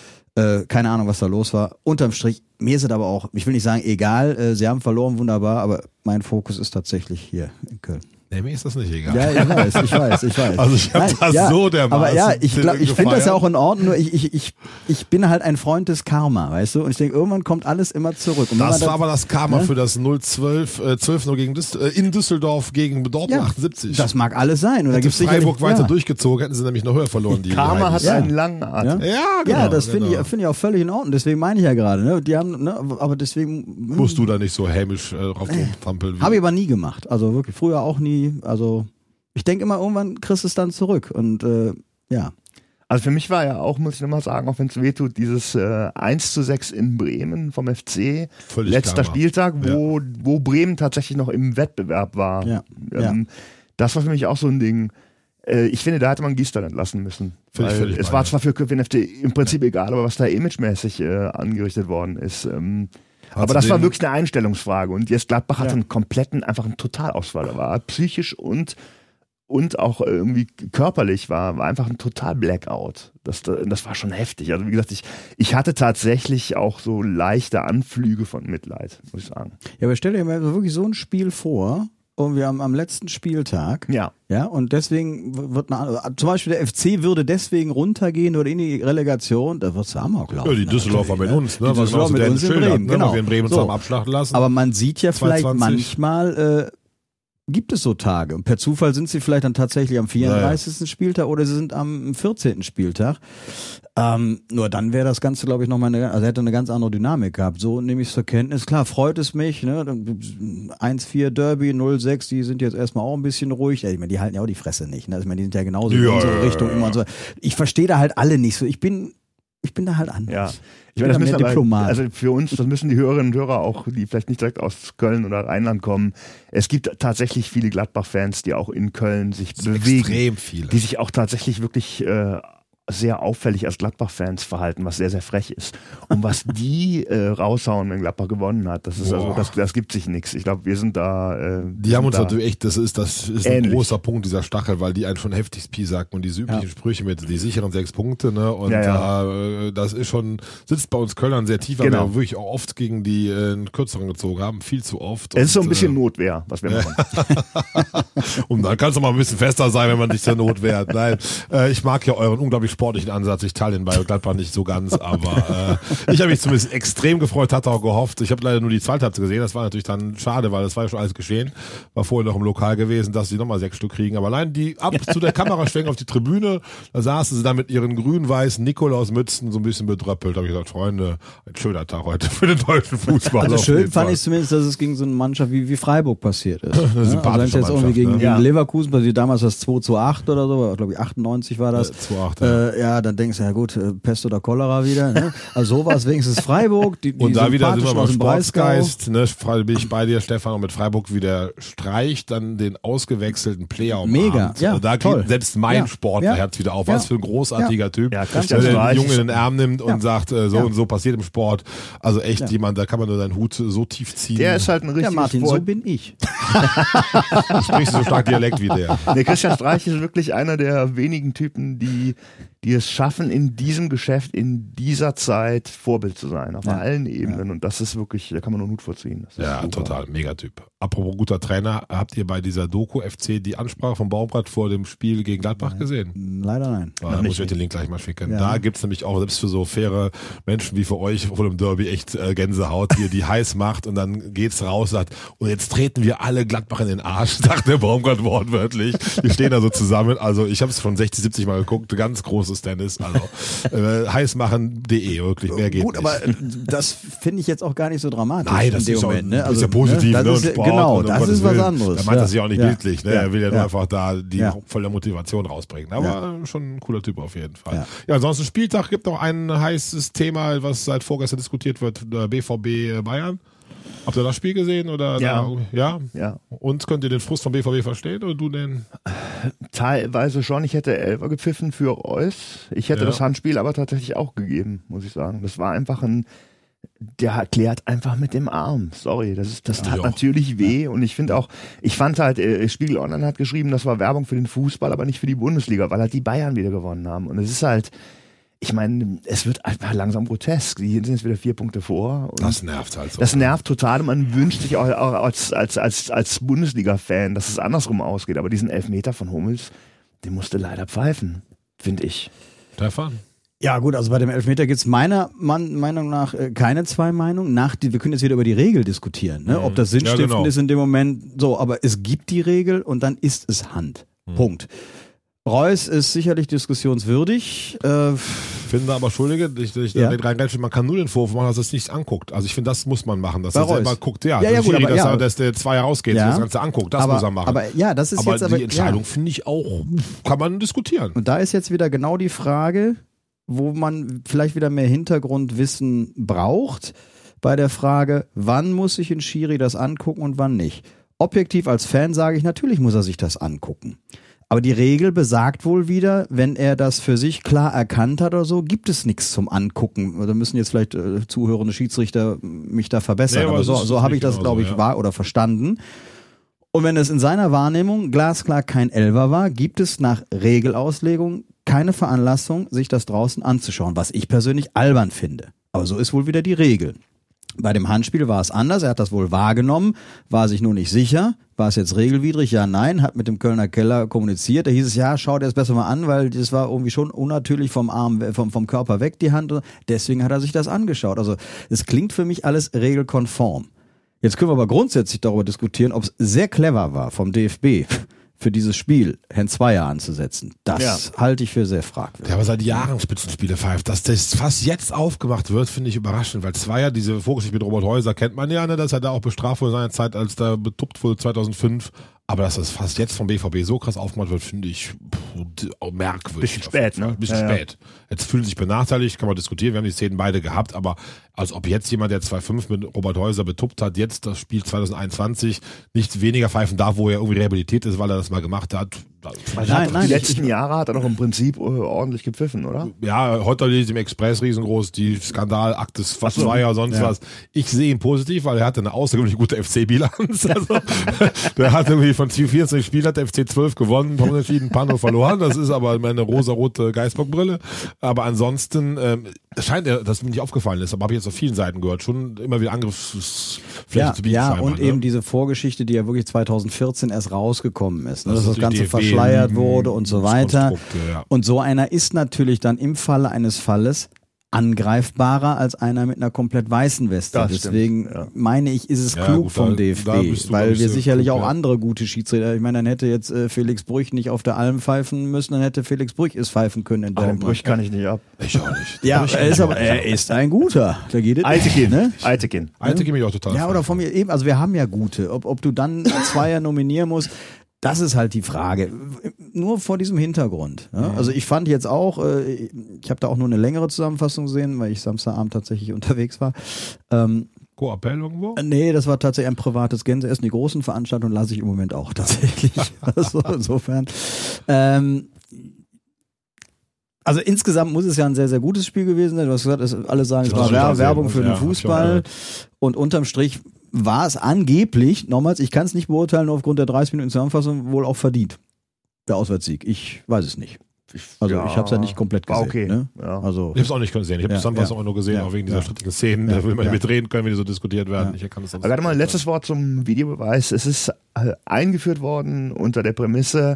Äh, keine Ahnung, was da los war. Unterm Strich, mir ist es aber auch, ich will nicht sagen egal, äh, sie haben verloren, wunderbar, aber mein Fokus ist tatsächlich hier in Köln. Nee, mir ist das nicht egal. Ja, ich weiß, ich weiß, ich weiß. Also ich habe das ja, so dermaßen aber ja, ich glaube, ich finde das ja auch gefeiert. in Ordnung, nur ich, ich, ich, ich bin halt ein Freund des Karma, weißt du? Und ich denke, irgendwann kommt alles immer zurück. Und wenn Das man war aber das Karma ne? für das null zwölf, äh, zwölf null gegen Düs- äh, in Düsseldorf gegen Dortmund Ja, achtundsiebzig. das mag alles sein. Und da Hätte gibt's Freiburg sicherlich- weiter ja. durchgezogen, hätten sie nämlich noch höher verloren. Die Karma hat Heinis. Ja. einen langen Atem. Ja? Ja, genau. Ja, das finde genau. ich, finde ich auch völlig in Ordnung. Deswegen meine ich ja gerade, ne? Die haben, ne? Aber deswegen Musst du da nicht so hämisch äh, drauf rumtrampeln. wie- habe ich aber nie gemacht. Also wirklich früher auch nie. Also ich denke immer, irgendwann kriegst du es dann zurück. Und äh, ja. Also für mich war ja auch, muss ich nochmal sagen, auch wenn es weh tut, dieses äh, eins zu sechs in Bremen vom F C, Völlig letzter Karma. Spieltag, wo, wo Bremen tatsächlich noch im Wettbewerb war. Ja. Ähm, das war für mich auch so ein Ding. Äh, ich finde, da hätte man Gießler entlassen müssen. Finde ich Weil völlig es bei war dir. zwar für den F C im Prinzip egal, aber was da imagemäßig äh, angerichtet worden ist. Ähm, aber das du war den- wirklich eine Einstellungsfrage. Und jetzt Gladbach hatte Ja. einen kompletten, einfach einen Totalausfall. Da war psychisch und und auch irgendwie körperlich war, war einfach ein total Blackout. Das, das war schon heftig. Also wie gesagt, ich, ich hatte tatsächlich auch so leichte Anflüge von Mitleid, muss ich sagen. Ja, aber stell dir mal wirklich so ein Spiel vor, irgendwie am, am letzten Spieltag. Ja. Ja, und deswegen wird eine, zum Beispiel der F C würde deswegen runtergehen oder in die Relegation, da wird's Amok laufen. Ja, die Düsseldorfer mit uns, ne? Die Düsseldorfer mit uns in Bremen, ne? genau. Weil wir in Bremen So. zusammen abschlachten lassen. Aber man sieht ja vielleicht zweihundertzwanzig. manchmal, äh, gibt es so Tage. Und per Zufall sind sie vielleicht dann tatsächlich am vierunddreißigsten Spieltag oder sie sind am vierzehnten Spieltag. Ähm, nur dann wäre das Ganze, glaube ich, nochmal eine, also hätte eine ganz andere Dynamik gehabt. So nehme ich es zur Kenntnis. Klar, freut es mich, ne? eins vier Derby, null sechs, die sind jetzt erstmal auch ein bisschen ruhig. Ja, ich meine, die halten ja auch die Fresse nicht, ne? Ich meine, die sind ja genauso in Ja, unsere ja, Richtung ja, immer und so. Ich verstehe da halt alle nicht so. Ich bin, ich bin da halt anders. Ja. Ich bin da mehr aber- Diplomat. also für uns, das müssen die Hörerinnen und Hörer auch, die vielleicht nicht direkt aus Köln oder Rheinland kommen. Es gibt tatsächlich viele Gladbach-Fans, die auch in Köln sich bewegen. Extrem viele. Die sich auch tatsächlich wirklich äh, sehr auffällig als Gladbach-Fans verhalten, was sehr, sehr frech ist. Und was die äh, raushauen, wenn Gladbach gewonnen hat, das ist also, Boah. das, das gibt sich nichts. Ich glaube, wir sind da. Äh, wir Die haben sind uns da. natürlich echt, das ist, das ist ein Ähnlich. großer Punkt, dieser Stachel, weil die einen schon heftig Pi sagten und diese üblichen Ja. Sprüche mit die sicheren sechs Punkte, ne? Und Ja, ja. Äh, das ist schon, sitzt bei uns Kölnern sehr tief, weil Genau. wir wirklich auch oft gegen die äh, einen kürzeren gezogen haben, viel zu oft. Es ist so ein Und, bisschen äh, Notwehr, was wir machen. Und dann kannst du mal ein bisschen fester sein, wenn man dich zur Not wehrt. Nein, äh, ich mag ja euren unglaublich sportlichen Ansatz. Ich teile den bei Gladbach nicht so ganz, aber äh, ich habe mich zumindest extrem gefreut, hatte auch gehofft. Ich habe leider nur die zweite Halbzeit gesehen. Das war natürlich dann schade, weil das war ja schon alles geschehen. War vorher noch im Lokal gewesen, dass sie nochmal sechs Stück kriegen. Aber allein die ab zu der Kamera schwenken auf die Tribüne, da saßen sie da mit ihren grün-weißen Nikolausmützen so ein bisschen bedröppelt. Da habe ich gesagt, Freunde, ein schöner Tag heute für den deutschen Fußball. Also auf schön jeden fand Fall. ich zumindest, dass es gegen so eine Mannschaft wie, wie Freiburg passiert ist. Eine Ne? sympathische also wenn es jetzt irgendwie Mannschaft, gegen, ne? gegen Ja. Leverkusen passiert, damals das zwei zu acht oder so, glaube ich achtundneunzig war das. Äh, zwei zu acht, ja. Äh, ja, dann denkst du, ja gut, äh, Pest oder Cholera wieder. Ne? Also so war es wenigstens Freiburg. Die, die Und da wieder sind wir sympathischen beim aus dem Breisgau. Sportsgeist, ne, Frage bin ich bei dir, Stefan, und mit Freiburg wieder streicht dann den ausgewechselten Player um Mega, Abend. ja, Und da toll. geht selbst mein Ja, Sportlerherz wieder auf. Was ja, für ein großartiger Typ, Ja, der Christian den Streich Jungen ist- in den Arm nimmt und Ja. sagt, äh, so Ja. und so passiert im Sport. Also echt Ja. jemand, da kann man nur seinen Hut so tief ziehen. Der ist halt ein Ja, richtiges Martin, Vor- so bin ich. du sprichst so stark Dialekt wie der. Der Christian Streich ist wirklich einer der wenigen Typen, die, die es schaffen, in diesem Geschäft, in dieser Zeit Vorbild zu sein, auf Ja. allen Ebenen. Und das ist wirklich, da kann man nur einen Hut vorziehen. Das ist Ja, super. total, Megatyp. Apropos guter Trainer, habt ihr bei dieser Doku F C die Ansprache von Baumgart vor dem Spiel gegen Gladbach gesehen? Leider nein. Da muss ich euch den Link gleich mal schicken. Ja. Da gibt's nämlich auch, selbst für so faire Menschen wie für euch vor dem Derby, echt äh, Gänsehaut, die die heiß macht und dann geht's raus, sagt, und jetzt treten wir alle Gladbach in den Arsch, sagt der Baumgart wortwörtlich. Die stehen da so zusammen. Also ich habe es schon sechzig, siebzig Mal geguckt, ganz großes Tennis. Also äh, heißmachen punkt de, wirklich, mehr geht Gut, nicht. aber das finde ich jetzt auch gar nicht so dramatisch. Nein, das in dem ist, Moment, auch, ne? also, ist ja positiv, ne? ne? Das Und ist, Sport genau, und um das Gottes ist was Willen. anderes. Er meint ja. das ja auch nicht ja. bildlich, ne? Ja. Er will ja nur ja. einfach da die Ja. volle Motivation rausbringen. Aber Ja. schon ein cooler Typ auf jeden Fall. Ja. Ja, ansonsten Spieltag gibt noch ein heißes Thema, was seit vorgestern diskutiert wird, der B V B Bayern. Habt ihr das Spiel gesehen oder? Ja. Da, ja. Ja. Und könnt ihr den Frust vom B V B verstehen oder du den? Teilweise schon. Ich hätte Elfer gepfiffen für Reus. Ich hätte Ja. das Handspiel aber tatsächlich auch gegeben, muss ich sagen. Das war einfach ein, der erklärt einfach mit dem Arm. Sorry, das ist, das tat Ja. natürlich weh. Und ich finde auch, ich fand halt, äh, Spiegel Online hat geschrieben, das war Werbung für den Fußball, aber nicht für die Bundesliga, weil halt die Bayern wieder gewonnen haben. Und es ist halt, ich meine, es wird einfach langsam grotesk. Die sind jetzt wieder vier Punkte vor. Und Das nervt halt so. das nervt total und man wünscht sich auch, auch als, als, als, als Bundesliga-Fan, dass es andersrum ausgeht. Aber diesen Elfmeter von Hummels, den musste leider pfeifen, finde ich. Stefan? Ja gut, also bei dem Elfmeter gibt's meiner Man- Meinung nach äh, keine zwei Meinungen. Nach die, wir können jetzt wieder über die Regel diskutieren, ne? Ob das sinnstiftend Ja, genau. ist in dem Moment. So, aber es gibt die Regel und dann ist es Hand. Punkt. Reus ist sicherlich diskussionswürdig. Äh, Finde aber, Entschuldige, ich, ich, Ja. ja. man kann nur den Vorwurf machen, dass er es nicht anguckt. Also ich finde, das muss man machen, dass Bei er selber Reus. guckt. Ja, Ja, ja, das gut, Schiri, aber dass, ja. er, dass der zwei rausgeht Ja. und das Ganze anguckt. Das aber, muss er machen. aber ja, das ist aber jetzt aber die Entscheidung ja. finde ich auch, kann man diskutieren. Und da ist jetzt wieder genau die Frage, wo man vielleicht wieder mehr Hintergrundwissen braucht, bei der Frage, wann muss sich ein Schiri das angucken und wann nicht. Objektiv als Fan sage ich, natürlich muss er sich das angucken. Aber die Regel besagt wohl wieder, wenn er das für sich klar erkannt hat oder so, gibt es nichts zum Angucken. Da müssen jetzt vielleicht äh, zuhörende Schiedsrichter mich da verbessern. Nee, aber aber so, das ist so habe ich nicht das, genau glaube so, ich, ja. wahr oder verstanden. Und wenn es in seiner Wahrnehmung glasklar kein Elfer war, gibt es nach Regelauslegung keine Veranlassung, sich das draußen anzuschauen, was ich persönlich albern finde. Aber so ist wohl wieder die Regel. Bei dem Handspiel war es anders, er hat das wohl wahrgenommen, war sich nur nicht sicher, war es jetzt regelwidrig, ja, nein, hat mit dem Kölner Keller kommuniziert, da hieß es, ja, schau dir das besser mal an, weil das war irgendwie schon unnatürlich vom Arm, vom, vom Körper weg, die Hand, deswegen hat er sich das angeschaut. Also es klingt für mich alles regelkonform. Jetzt können wir aber grundsätzlich darüber diskutieren, ob es sehr clever war vom D F B, für dieses Spiel Herrn Zweier anzusetzen. Das Ja. halte ich für sehr fragwürdig. Der aber seit Jahren Spitzenspiele pfeift. Dass das fast jetzt aufgemacht wird, finde ich überraschend, weil Zweier, diese Vorgeschichte mit Robert Häuser kennt man ja, ne, dass er da auch bestraft wurde in seiner Zeit, als da betuppt wurde zweitausendfünf. Aber dass das fast jetzt vom B V B so krass aufgemacht wird, finde ich pff, auch merkwürdig. Bisschen spät, ne? Bisschen Ja, ja. spät. Jetzt fühlen sich benachteiligt, kann man diskutieren, wir haben die Szenen beide gehabt, aber als ob jetzt jemand, der zwei fünf mit Robert Häuser betuppt hat, jetzt das Spiel zweitausendeinundzwanzig nicht weniger pfeifen darf, wo er irgendwie rehabilitiert ist, weil er das mal gemacht hat. Da- Nein, nein, die ich- letzten Jahre hat er doch im Prinzip äh, ordentlich gepfiffen, oder? Ja, heute lese ich im Express riesengroß, die Skandalakte des Ach so. Zweier, sonst Ja. was. Ich sehe ihn positiv, weil er hatte eine außergewöhnlich gute F C-Bilanz. Also, der hat irgendwie von vierundzwanzig Spielen hat der F C zwölf gewonnen, unentschieden, Pano verloren. Das ist aber meine rosarote Geißbockbrille. Aber ansonsten ähm, scheint er, dass mir nicht aufgefallen ist, aber habe ich jetzt auf vielen Seiten gehört, schon immer wieder Angriffsfläche Ja, zu bieten. ja scheinbar, und ne? eben diese Vorgeschichte, die ja wirklich zweitausendvierzehn erst rausgekommen ist, ne, Das dass ist das die Ganze D F B verschleiert wurde und so weiter. Konstrukte, ja. Und so einer ist natürlich dann im Falle eines Falles angreifbarer als einer mit einer komplett weißen Weste. Das stimmt, Deswegen ja. meine ich, ist es Ja, klug gut, vom da- D F da B, bist du, weil glaub ich, wir sehr sicherlich klug, auch ja. andere gute Schiedsrichter, ich meine, dann hätte jetzt äh, Felix Brüch nicht auf der Alm pfeifen müssen, dann hätte Felix Brüch es pfeifen können in Aber den Dortmund. Brüch kann ich nicht ab. Ich auch nicht. Ja, er ist aber, er ist ein guter. Da geht es Eitekin, ne? Eitekin. Alte gebe ich auch total. Ja, oder frei. von mir eben, also wir haben ja gute. Ob, ob du dann Zweier nominieren musst, das ist halt die Frage. Nur vor diesem Hintergrund. Ja? Also ich fand jetzt auch, äh, ich habe da auch nur eine längere Zusammenfassung gesehen, weil ich Samstagabend tatsächlich unterwegs war. Ähm, Co-Appell irgendwo? nee, das war tatsächlich ein privates Gänseessen. Die großen Veranstaltungen lasse ich im Moment auch tatsächlich. Also insofern. Ähm, also insgesamt muss es ja ein sehr, sehr gutes Spiel gewesen sein. Du hast gesagt, es, alle sagen, es Das war ist total Wer- Werbung sehr für gut, den ja, hab ich auch Fußball. gehört. Und unterm Strich war es angeblich, nochmals, ich kann es nicht beurteilen, nur aufgrund der dreißig Minuten Zusammenfassung, wohl auch verdient. Der Auswärtssieg. Ich weiß es nicht. Ich, Also ja, ich habe es ja nicht komplett war gesehen. okay. Ne? Ja. Also Ich habe es auch nicht gesehen. Ich habe Ja, Zusammenfassung ja. auch nur gesehen, Ja, auch wegen dieser ja. strittigen Szenen. Ja, Da will man ja. nicht mitreden können, wenn die so diskutiert werden. Ja. Ich kann das sonst Aber warte mal, letztes Wort zum Videobeweis. Es ist äh, eingeführt worden unter der Prämisse,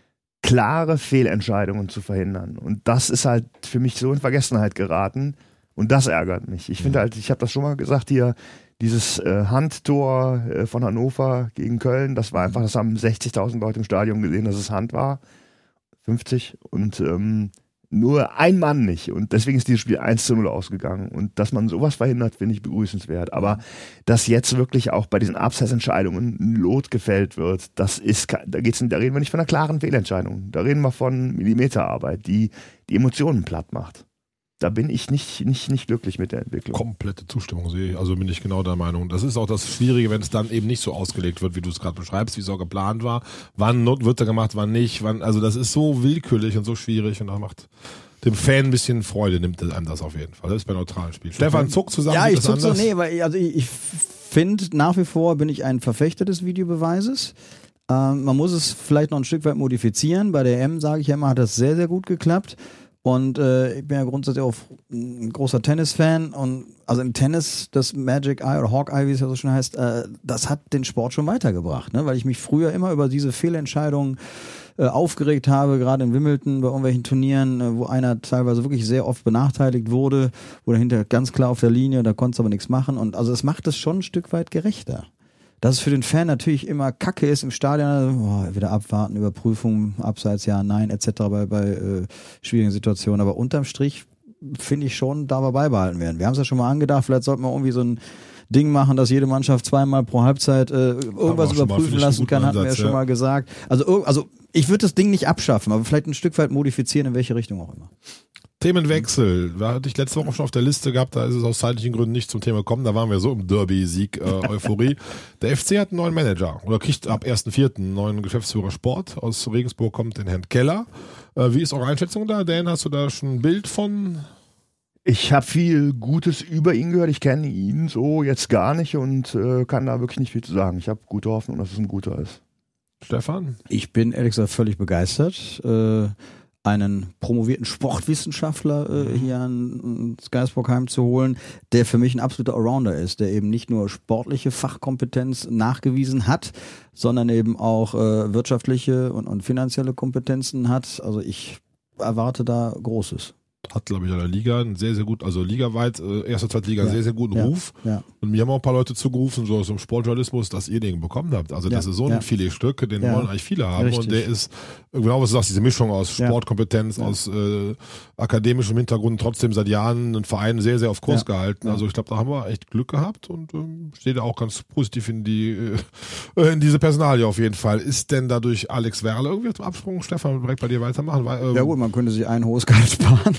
klare Fehlentscheidungen zu verhindern. Und das ist halt für mich so in Vergessenheit geraten. Und das ärgert mich. Ich finde halt, ich habe das schon mal gesagt hier, dieses äh, Handtor äh, von Hannover gegen Köln, das war einfach, das haben sechzigtausend Leute im Stadion gesehen, dass es Hand war. fünfzig. Und ähm, nur ein Mann nicht. Und deswegen ist dieses Spiel eins zu null ausgegangen. Und dass man sowas verhindert, finde ich begrüßenswert. Aber dass jetzt wirklich auch bei diesen Abseitsentscheidungen ein Lot gefällt wird, das ist, da geht's, da reden wir nicht von einer klaren Fehlentscheidung. Da reden wir von Millimeterarbeit, die die Emotionen platt macht. Da bin ich nicht, nicht, nicht glücklich mit der Entwicklung. komplette Zustimmung sehe ich. Also bin ich genau der Meinung. Das ist auch das Schwierige, wenn es dann eben nicht so ausgelegt wird, wie du es gerade beschreibst, wie es auch geplant war. Wann wird er gemacht, wann nicht. Wann, also das ist so willkürlich und so schwierig und da macht dem Fan ein bisschen Freude, nimmt einem das auf jeden Fall. Das ist bei neutralen Spielen. Stefan, zuck zusammen. ja, sieht ich das zuck so, anders? nee, weil also ich, ich finde, nach wie vor bin ich ein Verfechter des Videobeweises. Ähm, man muss es vielleicht noch ein Stück weit modifizieren. Bei der M, sage ich ja immer, hat das sehr, sehr gut geklappt. Und äh, ich bin ja grundsätzlich auch ein großer Tennis-Fan und also im Tennis, das Magic Eye oder Hawkeye, wie es ja so schön heißt, äh, das hat den Sport schon weitergebracht, ne? Weil ich mich früher immer über diese Fehlentscheidungen äh, aufgeregt habe, gerade in Wimbledon bei irgendwelchen Turnieren, äh, wo einer teilweise wirklich sehr oft benachteiligt wurde, wo dahinter ganz klar auf der Linie, da konntest du aber nichts machen und also es macht es schon ein Stück weit gerechter. Dass es für den Fan natürlich immer Kacke ist im Stadion, oh, wieder abwarten, Überprüfung, Abseits, ja, nein, et cetera bei, bei äh, schwierigen Situationen. Aber unterm Strich finde ich schon, darf er beibehalten werden. Wir haben es ja schon mal angedacht, vielleicht sollten wir irgendwie so ein Ding machen, dass jede Mannschaft zweimal pro Halbzeit äh, irgendwas überprüfen lassen kann, hatten wir ja schon mal gesagt. Also, also ich würde das Ding nicht abschaffen, aber vielleicht ein Stück weit modifizieren, in welche Richtung auch immer. Themenwechsel. Da hatte ich letzte Woche schon auf der Liste gehabt, da ist es aus zeitlichen Gründen nicht zum Thema gekommen. Da waren wir so im Derby-Sieg-Euphorie. Der F C hat einen neuen Manager oder kriegt ab ersten vierten einen neuen Geschäftsführer Sport. Aus Regensburg kommt den Herrn Keller. Äh, wie ist eure Einschätzung da? Dan, hast du da schon ein Bild von? Ich habe viel Gutes über ihn gehört. Ich kenne ihn so jetzt gar nicht und äh, kann da wirklich nicht viel zu sagen. Ich habe gute Hoffnung, dass es ein guter ist. Stefan? Ich bin ehrlich gesagt völlig begeistert. Äh, einen promovierten Sportwissenschaftler äh, hier an Geisbock heimzuholen, der für mich ein absoluter Allrounder ist, der eben nicht nur sportliche Fachkompetenz nachgewiesen hat, sondern eben auch äh, wirtschaftliche und, und finanzielle Kompetenzen hat. Also ich erwarte da Großes. Hat, glaube ich, in der Liga einen sehr, sehr gut, also ligaweit, äh, erste, zweite Liga, Ja. sehr, sehr guten Ja. Ruf. Ja. Und mir haben auch ein paar Leute zugerufen, so aus dem Sportjournalismus, dass ihr den bekommen habt. Also das Ja. ist so ein Ja. Filetstück, den Ja. wollen eigentlich viele haben. Richtig. Und der ist, genau was du sagst, diese Mischung aus Ja. Sportkompetenz, Ja. aus äh, akademischem Hintergrund, trotzdem seit Jahren einen Verein sehr, sehr auf Kurs Ja. gehalten. Ja. Also ich glaube, da haben wir echt Glück gehabt und ähm, steht auch ganz positiv in die äh, in diese Personalie auf jeden Fall. Ist denn dadurch Alex Werle irgendwie zum Absprung, Stefan, direkt bei dir weitermachen? Weil, ähm, Ja gut, man könnte sich ein hohes Gehalt sparen.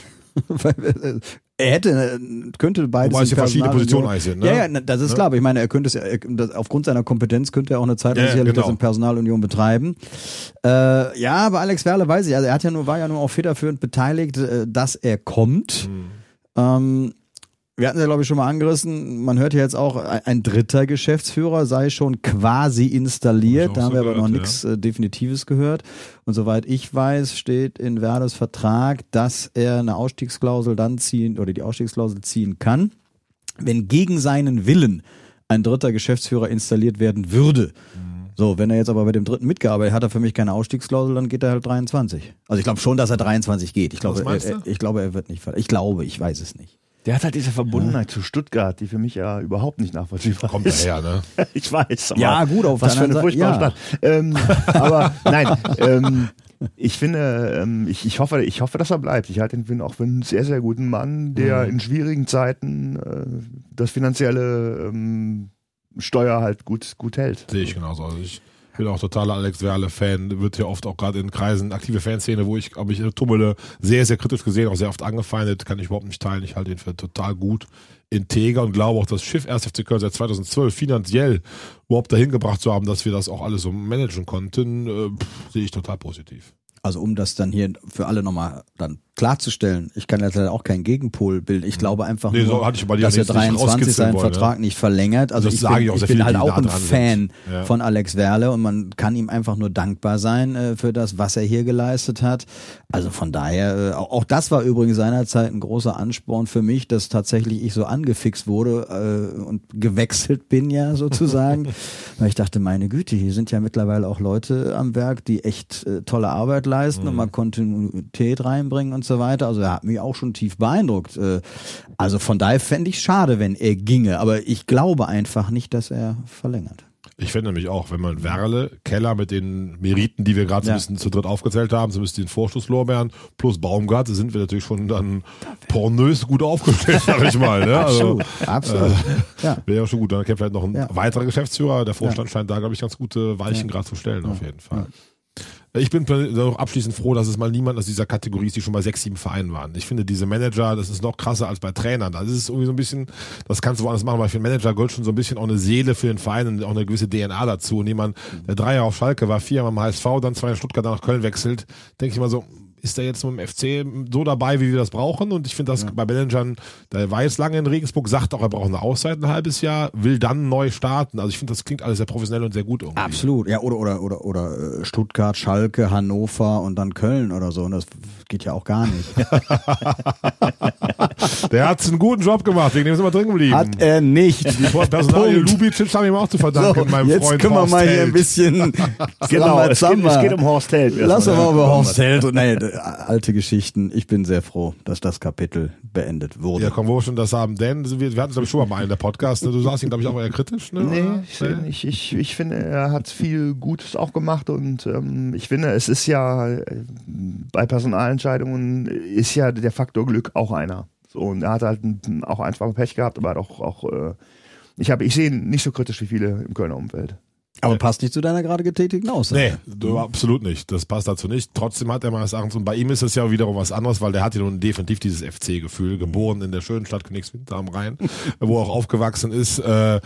Er hätte, könnte beides. Wobei es im ja verschiedene Personal- Positionen eigentlich sind, ne? Ja, ja, na, das ist Ne? klar. Aber ich meine, er könnte es ja, er, das, aufgrund seiner Kompetenz könnte er auch eine Zeit lang Ja, ja, sicherlich genau. das in Personalunion betreiben. Äh, ja, aber Alex Werle weiß ich, also er hat ja nur, war ja nur auch federführend beteiligt, äh, dass er kommt. Mhm. Ähm, wir hatten ja, glaube ich, schon mal angerissen, man hört ja jetzt auch, ein, ein dritter Geschäftsführer sei schon quasi installiert, Hab ich auch da haben so wir aber noch gehört, nichts äh, Definitives gehört. Und soweit ich weiß, steht in Werles Vertrag, dass er eine Ausstiegsklausel dann ziehen, oder die Ausstiegsklausel ziehen kann, wenn gegen seinen Willen ein dritter Geschäftsführer installiert werden würde. So, wenn er jetzt aber bei dem dritten mitgearbeitet hat, hat er für mich keine Ausstiegsklausel, dann geht er halt dreiundzwanzig. Also ich glaube schon, dass er dreiundzwanzig geht. Ich glaube, Was meinst er, du? er, ich glaube, er wird nicht ver- Ich glaube, ich weiß es nicht. Der hat halt diese Verbundenheit zu Stuttgart, die für mich ja überhaupt nicht nachvollziehbar Kommt ist. daher, ne? Ich weiß, aber Ja, gut, auf was der für eine anderen furchtbare Seite- Stadt. Ähm, aber nein, ähm, ich finde, ähm, ich, ich hoffe, ich hoffe, dass er bleibt. Ich halte ihn für, auch für einen sehr, sehr guten Mann, der Mhm. in schwierigen Zeiten äh, das finanzielle ähm, Steuer halt gut, gut hält. Sehe ich genauso. Also ich bin auch totaler Alex Werle-Fan. Wird ja oft auch gerade in Kreisen, aktive Fanszene, wo ich, glaube ich, tummele, sehr, sehr kritisch gesehen, auch sehr oft angefeindet, kann ich überhaupt nicht teilen. Ich halte ihn für total gut, integer und glaube auch, das Schiff erster F C Köln seit zweitausendzwölf finanziell überhaupt dahin gebracht zu haben, dass wir das auch alles so managen konnten, äh, pff, sehe ich total positiv. Also um das dann hier für alle nochmal dann klarzustellen, ich kann jetzt auch keinen Gegenpol bilden. Ich glaube einfach Nee, nur, so hatte ich bei dir dass er nicht- nicht dreiundzwanzig rauskitzeln seinen wollen, Vertrag ja. nicht verlängert. Also Das ich sagen bin, ja auch ich sehr bin viele, halt die auch nah ein dran Fan sind. Ja. von Alex Werle und man kann ihm einfach nur dankbar sein äh, für das, was er hier geleistet hat. Also von daher, äh, auch, auch das war übrigens seinerzeit ein großer Ansporn für mich, dass tatsächlich ich so angefixt wurde äh, und gewechselt bin ja sozusagen, weil ich dachte, meine Güte, hier sind ja mittlerweile auch Leute am Werk, die echt äh, tolle Arbeit leisten mhm. und mal Kontinuität reinbringen und so weiter. Also er hat mich auch schon tief beeindruckt. Äh, also von daher fände ich schade, wenn er ginge, aber ich glaube einfach nicht, dass er verlängert. Ich finde nämlich auch, wenn man Werle, Keller mit den Meriten, die wir gerade so ein Ja. bisschen zu dritt aufgezählt haben, so ein bisschen den Vorschusslorbeeren plus Baumgart, sind wir natürlich schon dann pornös gut aufgestellt, sag ich mal. Ne? Also, Absolut, absolut. Ja. wäre ja schon gut. Dann kämpft vielleicht noch ein Ja. weiterer Geschäftsführer. Der Vorstand scheint da, glaube ich, ganz gute Weichen Ja. gerade zu stellen, auf jeden Fall. Ich bin noch abschließend froh, dass es mal niemand aus dieser Kategorie ist, die schon bei sechs, sieben Vereinen waren. Ich finde, diese Manager, das ist noch krasser als bei Trainern. Das ist irgendwie so ein bisschen, das kannst du woanders machen, weil für einen Manager gehört schon so ein bisschen auch eine Seele für den Verein und auch eine gewisse D N A dazu. Und jemand, der drei Jahre auf Schalke war, vier Jahre am H S V, dann zwei in Stuttgart, dann nach Köln wechselt, denke ich mal so, ist der jetzt mit dem F C so dabei, wie wir das brauchen? Und ich finde das ja. bei Managern, der war jetzt lange in Regensburg, sagt auch, er braucht eine Auszeit ein halbes Jahr, will dann neu starten. Also ich finde, das klingt alles sehr professionell und sehr gut irgendwie. Absolut, ja, oder, oder, oder, oder Stuttgart, Schalke, Hannover und dann Köln oder so. Und das geht ja auch gar nicht. Der hat einen guten Job gemacht, wegen dem ist er immer drin geblieben. Hat er nicht. Die Personal Lubicic haben ihm auch zu verdanken, So, meinem jetzt Freund können wir Horst mal hier Held. ein bisschen Genau, es geht, es geht um Horst Held. Lass uns erstmal, mal über ne? Horst Held und nee, alte Geschichten. Ich bin sehr froh, dass das Kapitel beendet wurde. Ja, komm, wo wir schon das haben, denn wir, wir hatten es glaube ich schon mal in der Podcast, ne? Du sagst ihn glaube ich auch eher kritisch, ne? Nee, Oder? ich, ich, ich, ich finde, er hat viel Gutes auch gemacht und ähm, ich finde, es ist ja äh, bei Personalentscheidungen ist ja der Faktor Glück auch einer. So, und er hat halt ein, auch ein, zwei Mal Pech gehabt, aber doch auch, äh, ich habe, ich sehe ihn nicht so kritisch wie viele im Kölner Umfeld. Aber passt nicht zu deiner gerade getätigten Aussage. Nee, du, absolut nicht. Das passt dazu nicht. Trotzdem hat er meines Erachtens, und bei ihm ist es ja wiederum was anderes, weil der hat ja nun definitiv dieses F C-Gefühl, geboren in der schönen Stadt Königswinter am Rhein, wo er auch aufgewachsen ist. Äh,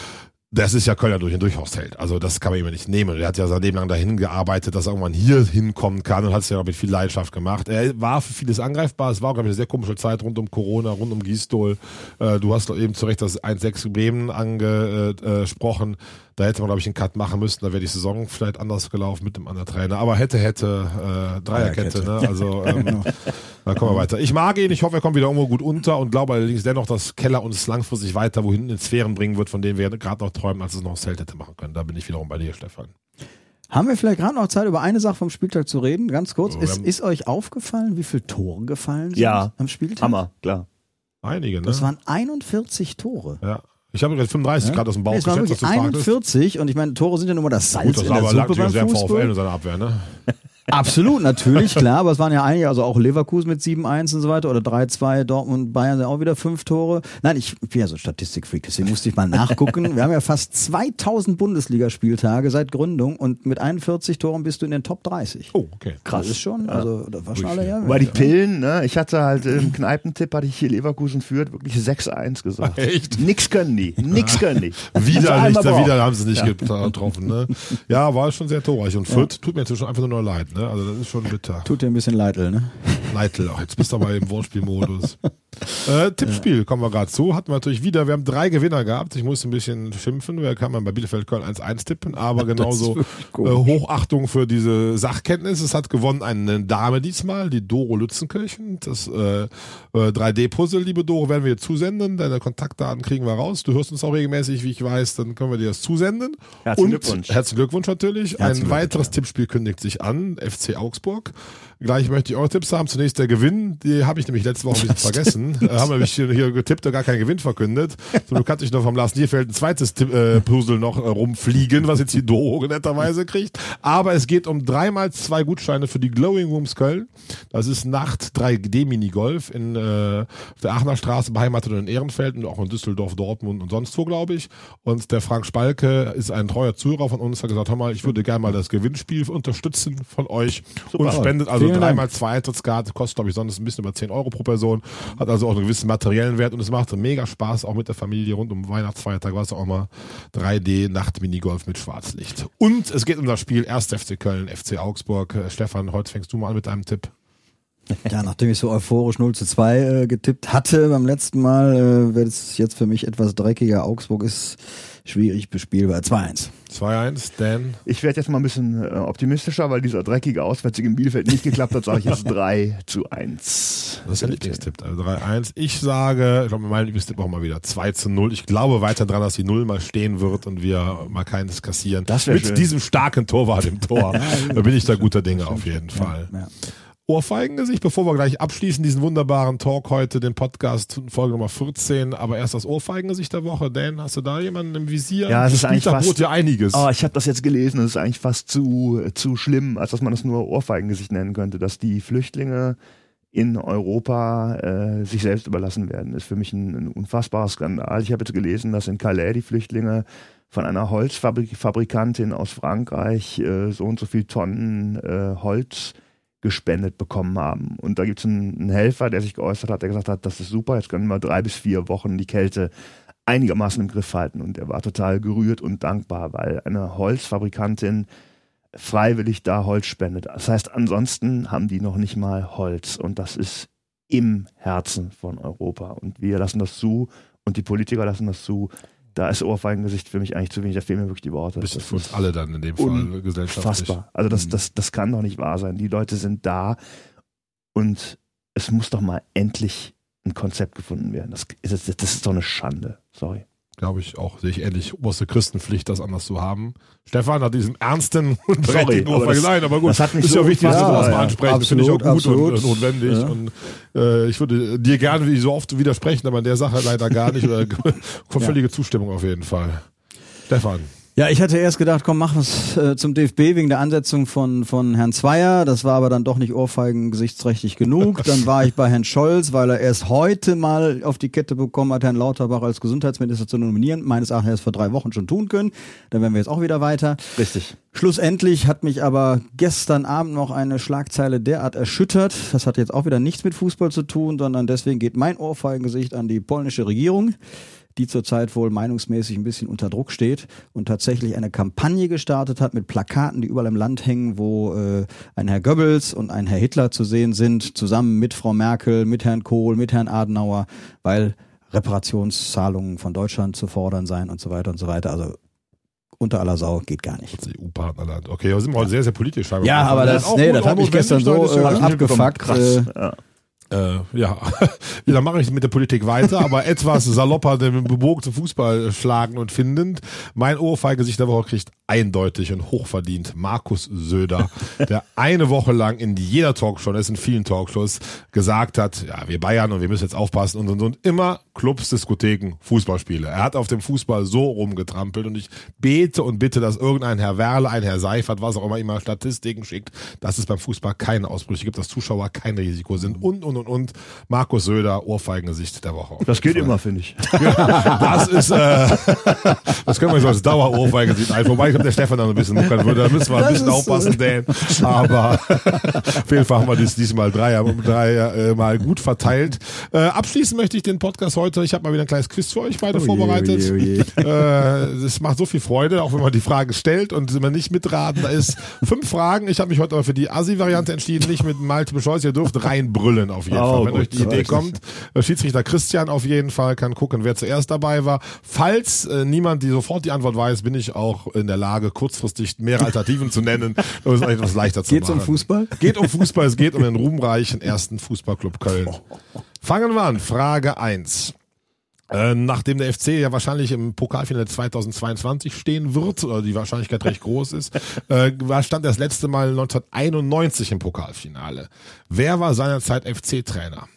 Das ist ja Kölner durch und durch Horst Held. Also das kann man ihm nicht nehmen. Er hat ja sein Leben lang dahin gearbeitet, dass er irgendwann hier hinkommen kann und hat es ja auch mit viel Leidenschaft gemacht. Er war für vieles angreifbar. Es war, glaube ich, eine sehr komische Zeit rund um Corona, rund um Gisdol. Äh, du hast doch eben zu Recht das eins sechs Bremen angesprochen. Da hätte man, glaube ich, einen Cut machen müssen. Da wäre die Saison vielleicht anders gelaufen mit dem anderen Trainer. Aber hätte, hätte, äh, Dreierkette. Ne? Also ähm, da kommen wir weiter. Ich mag ihn. Ich hoffe, er kommt wieder irgendwo gut unter und glaube allerdings dennoch, dass Keller uns langfristig weiter wohin in Sphären bringen wird, von denen wir gerade noch träumen, als es noch Zelt hätte machen können. Da bin ich wiederum bei dir, Stefan. Haben wir vielleicht gerade noch Zeit, über eine Sache vom Spieltag zu reden? Ganz kurz. So, ist, ist euch aufgefallen, wie viele Tore gefallen sind Ja, am Spieltag? Hammer, klar. Einige, ne? Das waren einundvierzig Tore. Ja. Ich habe gerade fünfunddreißig gerade aus dem Bauch Nee, es waren geschätzt, wirklich was du fragtest. einundvierzig und ich meine, Tore sind ja nun mal das Salz Gut, das in war der aber Suppe lag beim sehr im VfL Fußball. in seiner Abwehr, ne? Absolut, natürlich, klar, aber es waren ja einige, also auch Leverkusen mit sieben eins und so weiter oder drei zwei, Dortmund, Bayern sind auch wieder fünf Tore. Nein, ich bin ja so ein Statistikfreak, deswegen musste ich mal nachgucken. Wir haben ja fast zweitausend Bundesligaspieltage seit Gründung und mit einundvierzig Toren bist du in den Top dreißig. Oh, okay. Krass. Das ist schon, also das war schon alle Jahre. Weil die Pillen, ne, ich hatte halt im Kneipentipp, hatte ich hier Leverkusen führt, wirklich sechs eins gesagt. Echt? Nix können die, nix können die. Wieder Also nicht, einmal da wieder braucht. haben sie es nicht getroffen, ne? Ja, war schon sehr torreich. Und Fürth tut mir inzwischen einfach nur noch leid, ne? Also das ist schon bitter. Tut dir ein bisschen leid, ne? Leitl, ach, jetzt bist du aber im Wortspielmodus. Äh, Tippspiel, kommen wir gerade zu. Hatten wir natürlich wieder, wir haben drei Gewinner gehabt. Ich musste ein bisschen schimpfen, wer kann man bei Bielefeld Köln eins eins tippen, aber genauso äh, Hochachtung für diese Sachkenntnis. Es hat gewonnen eine Dame diesmal, die Doro Lützenkirchen. Das äh, äh, drei D-Puzzle, liebe Doro, werden wir dir zusenden. Deine Kontaktdaten kriegen wir raus. Du hörst uns auch regelmäßig, wie ich weiß, dann können wir dir das zusenden. Herzlichen Und Glückwunsch. Herzlichen Glückwunsch natürlich. Herzlichen Ein Glückwunsch, weiteres ja. Tippspiel kündigt sich an, F C Augsburg. Gleich möchte ich eure Tipps haben. Zunächst der Gewinn, die habe ich nämlich letzte Woche ein bisschen vergessen. Äh, haben wir nämlich hier, hier getippt und gar keinen Gewinn verkündet. So, du kannst dich noch vom Lars Nierfeld ein zweites Tipp, äh, Puzzle noch äh, rumfliegen, was jetzt die Doro netterweise kriegt. Aber es geht um dreimal zwei Gutscheine für die Glowing Rooms Köln. Das ist Nacht drei D Minigolf in äh, auf der Aachener Straße beheimatet und in Ehrenfeld und auch in Düsseldorf, Dortmund und sonst wo, glaube ich. Und der Frank Spalke ist ein treuer Zuhörer von uns, hat gesagt, hör mal, ich würde gerne mal das Gewinnspiel unterstützen von euch und spendet also Vielen dreimal zwei Eintrittskarte, kostet glaube ich sonst ein bisschen über zehn Euro pro Person, hat also auch einen gewissen materiellen Wert und es macht mega Spaß, auch mit der Familie rund um Weihnachtsfeiertag, war es auch mal drei D Nacht-Minigolf mit Schwarzlicht. Und es geht um das Spiel erster F C Köln, F C Augsburg. Äh, Stefan, heute fängst du mal an mit deinem Tipp. Ja, nachdem ich so euphorisch null zu zwei äh, getippt hatte beim letzten Mal, äh, wird es jetzt für mich etwas dreckiger. Augsburg ist schwierig bespielbar. zwei eins. zwei eins, Dan. Ich werde jetzt mal ein bisschen äh, optimistischer, weil dieser dreckige Auswärtssieg in Bielefeld nicht geklappt hat, sage ich jetzt drei zu eins. Das ist der Lieblingstipp, also drei eins. Ich sage, ich glaube, mein Lieblingstipp auch mal wieder zwei zu null. Ich glaube weiter dran, dass die Null mal stehen wird und wir mal keines kassieren. Das wär Mit schön. diesem starken Torwart im Tor. Da bin ich da guter Dinge auf jeden Fall. Ja. Ohrfeigengesicht, bevor wir gleich abschließen, diesen wunderbaren Talk heute, den Podcast, Folge Nummer vierzehn, aber erst das Ohrfeigengesicht der Woche. Dan, hast du da jemanden im Visier? Ja, es ist eigentlich Da fast- bot ja einiges. Oh, ich habe das jetzt gelesen, es ist eigentlich fast zu, zu schlimm, als dass man das nur Ohrfeigengesicht nennen könnte, dass die Flüchtlinge in Europa äh, sich selbst überlassen werden. Ist für mich ein, ein unfassbarer Skandal. Ich habe jetzt gelesen, dass in Calais die Flüchtlinge von einer Holzfabrikantin aus Frankreich äh, so und so viel Tonnen äh, Holz gespendet bekommen haben. Und da gibt es einen, einen Helfer, der sich geäußert hat, der gesagt hat, das ist super, jetzt können wir drei bis vier Wochen die Kälte einigermaßen im Griff halten. Und er war total gerührt und dankbar, weil eine Holzfabrikantin freiwillig da Holz spendet. Das heißt, ansonsten haben die noch nicht mal Holz. Und das ist im Herzen von Europa. Und wir lassen das zu und die Politiker lassen das zu. Da ist Ohrfeigengesicht für mich eigentlich zu wenig, da fehlen mir wirklich die Worte. Ein bisschen Das für uns ist alle dann in dem Fall gesellschaftlich. unfassbar. Also das, das, das kann doch nicht wahr sein. Die Leute sind da und es muss doch mal endlich ein Konzept gefunden werden. Das ist, das ist doch eine Schande. Sorry. Glaube ich auch, sehe ich ähnlich. Oberste Christenpflicht, das anders zu haben. Stefan hat diesem ernsten und Sorry, berechtigten aber das- Nein, aber gut. das hat mich ist so ja wichtig, dass du unfassbar- sowas mal ja, ansprechen. Finde ich auch absolut, gut und absolut. notwendig. Ja. Und äh, ich würde dir gerne wie so oft widersprechen, aber in der Sache leider gar nicht. Oder völlige Zustimmung auf jeden Fall. Stefan. Ja, ich hatte erst gedacht, komm, mach was äh, zum D F B wegen der Ansetzung von von Herrn Zweier. Das war aber dann doch nicht ohrfeigengesichtsrechtlich genug. Dann war ich bei Herrn Scholz, weil er erst heute mal auf die Kette bekommen hat, Herrn Lauterbach als Gesundheitsminister zu nominieren. Meines Erachtens hätte er es vor drei Wochen schon tun können. Dann wären wir jetzt auch wieder weiter. Richtig. Schlussendlich hat mich aber gestern Abend noch eine Schlagzeile derart erschüttert. Das hat jetzt auch wieder nichts mit Fußball zu tun, sondern deswegen geht mein Ohrfeigengesicht an die polnische Regierung, die zurzeit wohl meinungsmäßig ein bisschen unter Druck steht und tatsächlich eine Kampagne gestartet hat mit Plakaten, die überall im Land hängen, wo äh, ein Herr Goebbels und ein Herr Hitler zu sehen sind, zusammen mit Frau Merkel, mit Herrn Kohl, mit Herrn Adenauer, weil Reparationszahlungen von Deutschland zu fordern seien und so weiter und so weiter. Also unter aller Sau geht gar nicht. Das E U-Partnerland. Okay, da sind wir heute sehr, sehr politisch. scheinbar. Ja, aber das, Auch nee, gut, das auch hat mich notwendig, gestern so das ist äh, ja gut. abgefuckt. Krass. Äh, Ja. Äh, ja, dann mache ich mit der Politik weiter, aber etwas salopper den Bebog zum Fußball schlagen und findend. Mein Ohrfeigengesicht der Woche kriegt eindeutig und hochverdient Markus Söder, der eine Woche lang in jeder Talkshow, das ist in vielen Talkshows, gesagt hat, ja, wir Bayern und wir müssen jetzt aufpassen und und und immer Clubs, Diskotheken, Fußballspiele. Er hat auf dem Fußball so rumgetrampelt und ich bete und bitte, dass irgendein Herr Werle, ein Herr Seifert, was auch immer, immer Statistiken schickt, dass es beim Fußball keine Ausbrüche gibt, dass Zuschauer kein Risiko sind und und und und. Markus Söder, Ohrfeigengesicht der Woche. Das geht immer, finde ich. Das ist, äh, das können wir so als Dauerohrfeigengesicht ein. Wobei ich glaube, der Stefan da ein bisschen muckern würde. Da müssen wir ein Das bisschen ist aufpassen, Dan. Aber auf jeden Fall haben wir dies, diesmal drei, drei äh, mal gut verteilt. Äh, abschließen möchte ich den Podcast heute. Ich habe mal wieder ein kleines Quiz für euch beide Oh je, vorbereitet. oh je, oh je. Äh, es macht so viel Freude, auch wenn man die Frage stellt und man nicht mitraten. Da ist fünf Fragen. Ich habe mich heute aber für die Assi-Variante entschieden, nicht mit Multiple Choice. Ihr dürft reinbrüllen auf jeden Oh, Fall. Wenn gut, euch die Idee richtig. kommt, äh, Schiedsrichter Christian auf jeden Fall kann gucken, wer zuerst dabei war. Falls äh, niemand die sofort die Antwort weiß, bin ich auch in der Lage, kurzfristig mehrere Alternativen zu nennen, um es euch etwas leichter zu Geht's machen. um Fußball? Geht um Fußball, es geht um den ruhmreichen ersten Fußballclub Köln. Fangen wir an. Frage eins. Äh, nachdem der F C ja wahrscheinlich im Pokalfinale zweitausendzweiundzwanzig stehen wird, oder die Wahrscheinlichkeit recht groß ist, äh, war- stand er das letzte Mal neunzehnhunderteinundneunzig im Pokalfinale. Wer war seinerzeit F C-Trainer?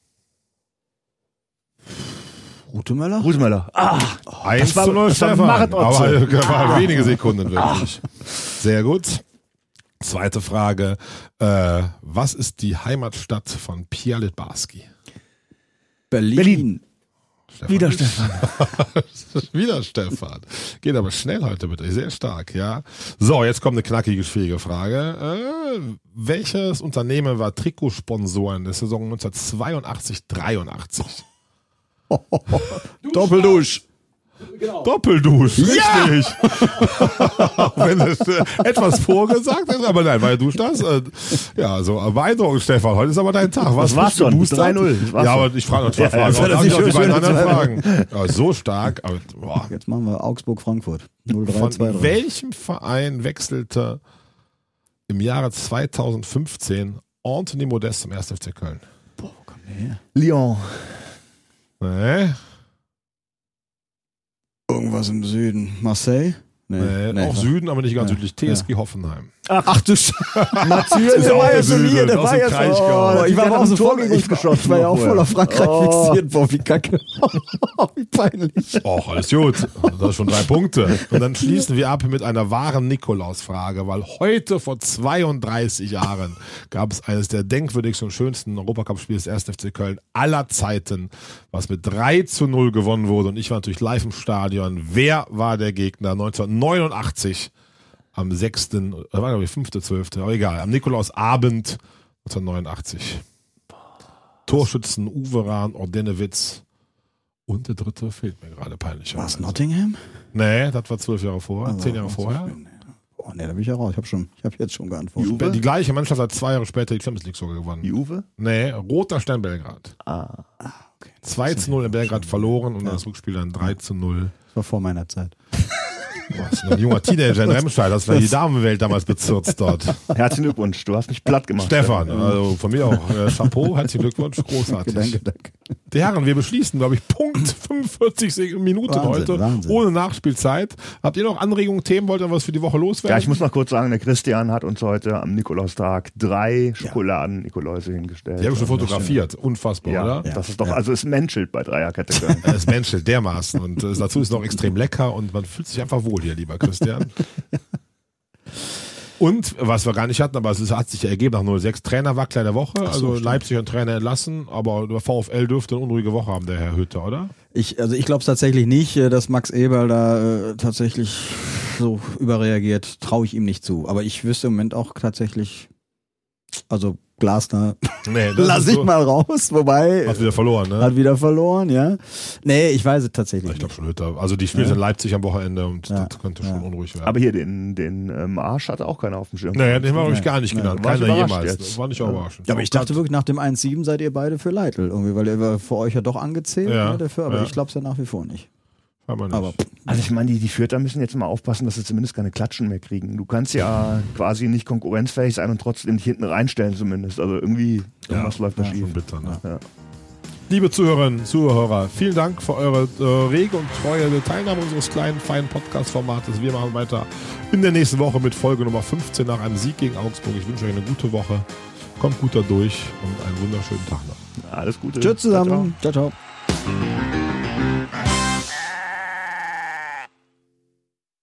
Rutemöller? Rutemöller. Ah, eins war- zu null das war Stefan. Marathon. Aber das waren wenige Sekunden wirklich. Sehr gut. Zweite Frage. Äh, was ist die Heimatstadt von Pierre Littbarski? Berlin. Berlin. Stefan. Wieder Stefan. Wieder Stefan. Geht aber schnell heute bitte. Sehr stark, ja. So, jetzt kommt eine knackige, schwierige Frage. Äh, welches Unternehmen war Trikotsponsor in der Saison neunzehnhundertzweiundachtzig dreiundachtzig? Doppeldusch. Genau. Doppeldusch, Ja! richtig. Auch wenn das äh, etwas vorgesagt ist, aber nein, weil du das. Äh, ja, so beeindruckend, Stefan. Heute ist aber dein Tag. Was Das war's schon? drei null. Ja, aber ich frage noch zwei Ja, Fragen. das war Ja, das ich auch die nicht beiden schön, anderen schön. Fragen. Ja, so stark. Aber, boah. Jetzt machen wir Augsburg-Frankfurt. null drei Von zwei drei. welchem Verein wechselte im Jahre zweitausendfünfzehn Anthony Modest zum ersten F C Köln? Boah, wo kommt der her? Lyon. Nee, Irgendwas im Süden. Marseille? nee, auch war- Süden, aber nicht ganz Ja, südlich. T S G Hoffenheim. Ach du Scheiße. Natürlich. ist Der auch war ja der schon hier, Süden, der aus war dem ja Kraichgau. schon. Ich war Der aber hat auch so ein Tor vorgegen gegen uns geschossen Ich war ja auch noch voll auf vorher. Frankreich Oh. fixiert. Boah, wie kacke. Wie peinlich. Och, alles gut. Das ist schon drei Punkte. Und dann schließen wir ab mit einer wahren Nikolaus-Frage, weil heute vor zweiunddreißig Jahren gab es eines der denkwürdigsten und schönsten Europacup-Spiele des ersten F C Köln aller Zeiten, was mit drei zu null gewonnen wurde. Und ich war natürlich live im Stadion. Wer war der Gegner? neunzehnhundertneunundachtzig am sechsten Oder war glaube ich fünften zwölften Aber egal, am Nikolausabend neunzehnhundertneunundachtzig. Torschützen Uwe Rahn, Ordenewitz und der dritte fehlt mir gerade peinlich. War es Nottingham? Nee, das war zwölf Jahre vorher, Also, zehn Jahre was vorher. ist- Oh nee, da bin ich ja raus. Ich habe schon, ich habe jetzt schon geantwortet. Juve? Die gleiche Mannschaft hat zwei Jahre später die Champions League sogar gewonnen. Juve? Nee, Roter Stern Belgrad. Ah. Okay. zwei zu null in Belgrad verloren und das Rückspiel dann drei zu null. Das war vor meiner Zeit. Boah, das ist noch ein junger Teenager in Remscheid, das war die Damenwelt damals bezirzt dort. Herzlichen Glückwunsch, du hast mich platt gemacht. Stefan, also von mir auch äh, Chapeau, herzlichen Glückwunsch, großartig. Danke, danke. Die Herren, wir beschließen, glaube ich, Punkt fünfundvierzig Minuten Wahnsinn, heute, Wahnsinn. ohne Nachspielzeit. Habt ihr noch Anregungen, Themen, wollt ihr was für die Woche loswerden? Ja, ich muss noch kurz sagen, der Christian hat uns heute am Nikolaustag drei Schokoladen-Nikoläuse hingestellt. Die habe ich schon fotografiert, unfassbar, Ja, oder? das ist doch, Ja. also es menschelt bei Dreierkette Köln. Es menschelt dermaßen und äh, dazu ist noch extrem lecker und man fühlt sich einfach wohl hier, lieber Christian. Und, was wir gar nicht hatten, aber es ist, hat sich ja ergeben nach null sechs, Trainerwachler der Woche, also Leipzig und Trainer entlassen, aber der VfL dürfte eine unruhige Woche haben, der Herr Hütter, oder? Ich, also ich glaube es tatsächlich nicht, äh, dass Max Eberl da äh, tatsächlich so überreagiert. Traue ich ihm nicht zu. Aber ich wüsste im Moment auch tatsächlich, also Glasner Nee, das lass ist ich so, mal raus, wobei Hat wieder verloren, ne? hat wieder verloren, ja. Nee, ich weiß es tatsächlich Ich glaube nicht. schon Hütter. Also die spielt Ja. in Leipzig am Wochenende und Ja. das könnte schon Ja. unruhig werden. Aber hier den, den ähm, Arsch hatte auch keiner auf dem Schirm. naja, den haben wir, glaube ich, Nee. gar nicht Nee. genannt. War ich Keiner überrascht jemals. jetzt. Das war nicht auch überraschend. Ja, aber ich dachte wirklich, nach dem eins sieben seid ihr beide für Leitl irgendwie, weil er war für euch ja doch angezählt, Ja. ne, dafür, aber Ja. ich glaube es ja nach wie vor nicht. Kann man nicht. Aber Also ich meine, die, die Fürther müssen jetzt mal aufpassen, dass sie zumindest keine Klatschen mehr kriegen. Du kannst ja quasi nicht konkurrenzfähig sein und trotzdem dich hinten reinstellen zumindest. Also irgendwie, irgendwas läuft da ja, schief. schon bitter, ne? Ja. Liebe Zuhörerinnen, Zuhörer, vielen Dank für eure äh, rege und treue Teilnahme unseres kleinen, feinen Podcast-Formates. Wir machen weiter in der nächsten Woche mit Folge Nummer fünfzehn nach einem Sieg gegen Augsburg. Ich wünsche euch eine gute Woche. Kommt gut da durch und einen wunderschönen Tag noch. Alles Gute. tschüss Ciao, ciao. zusammen. Ciao, ciao.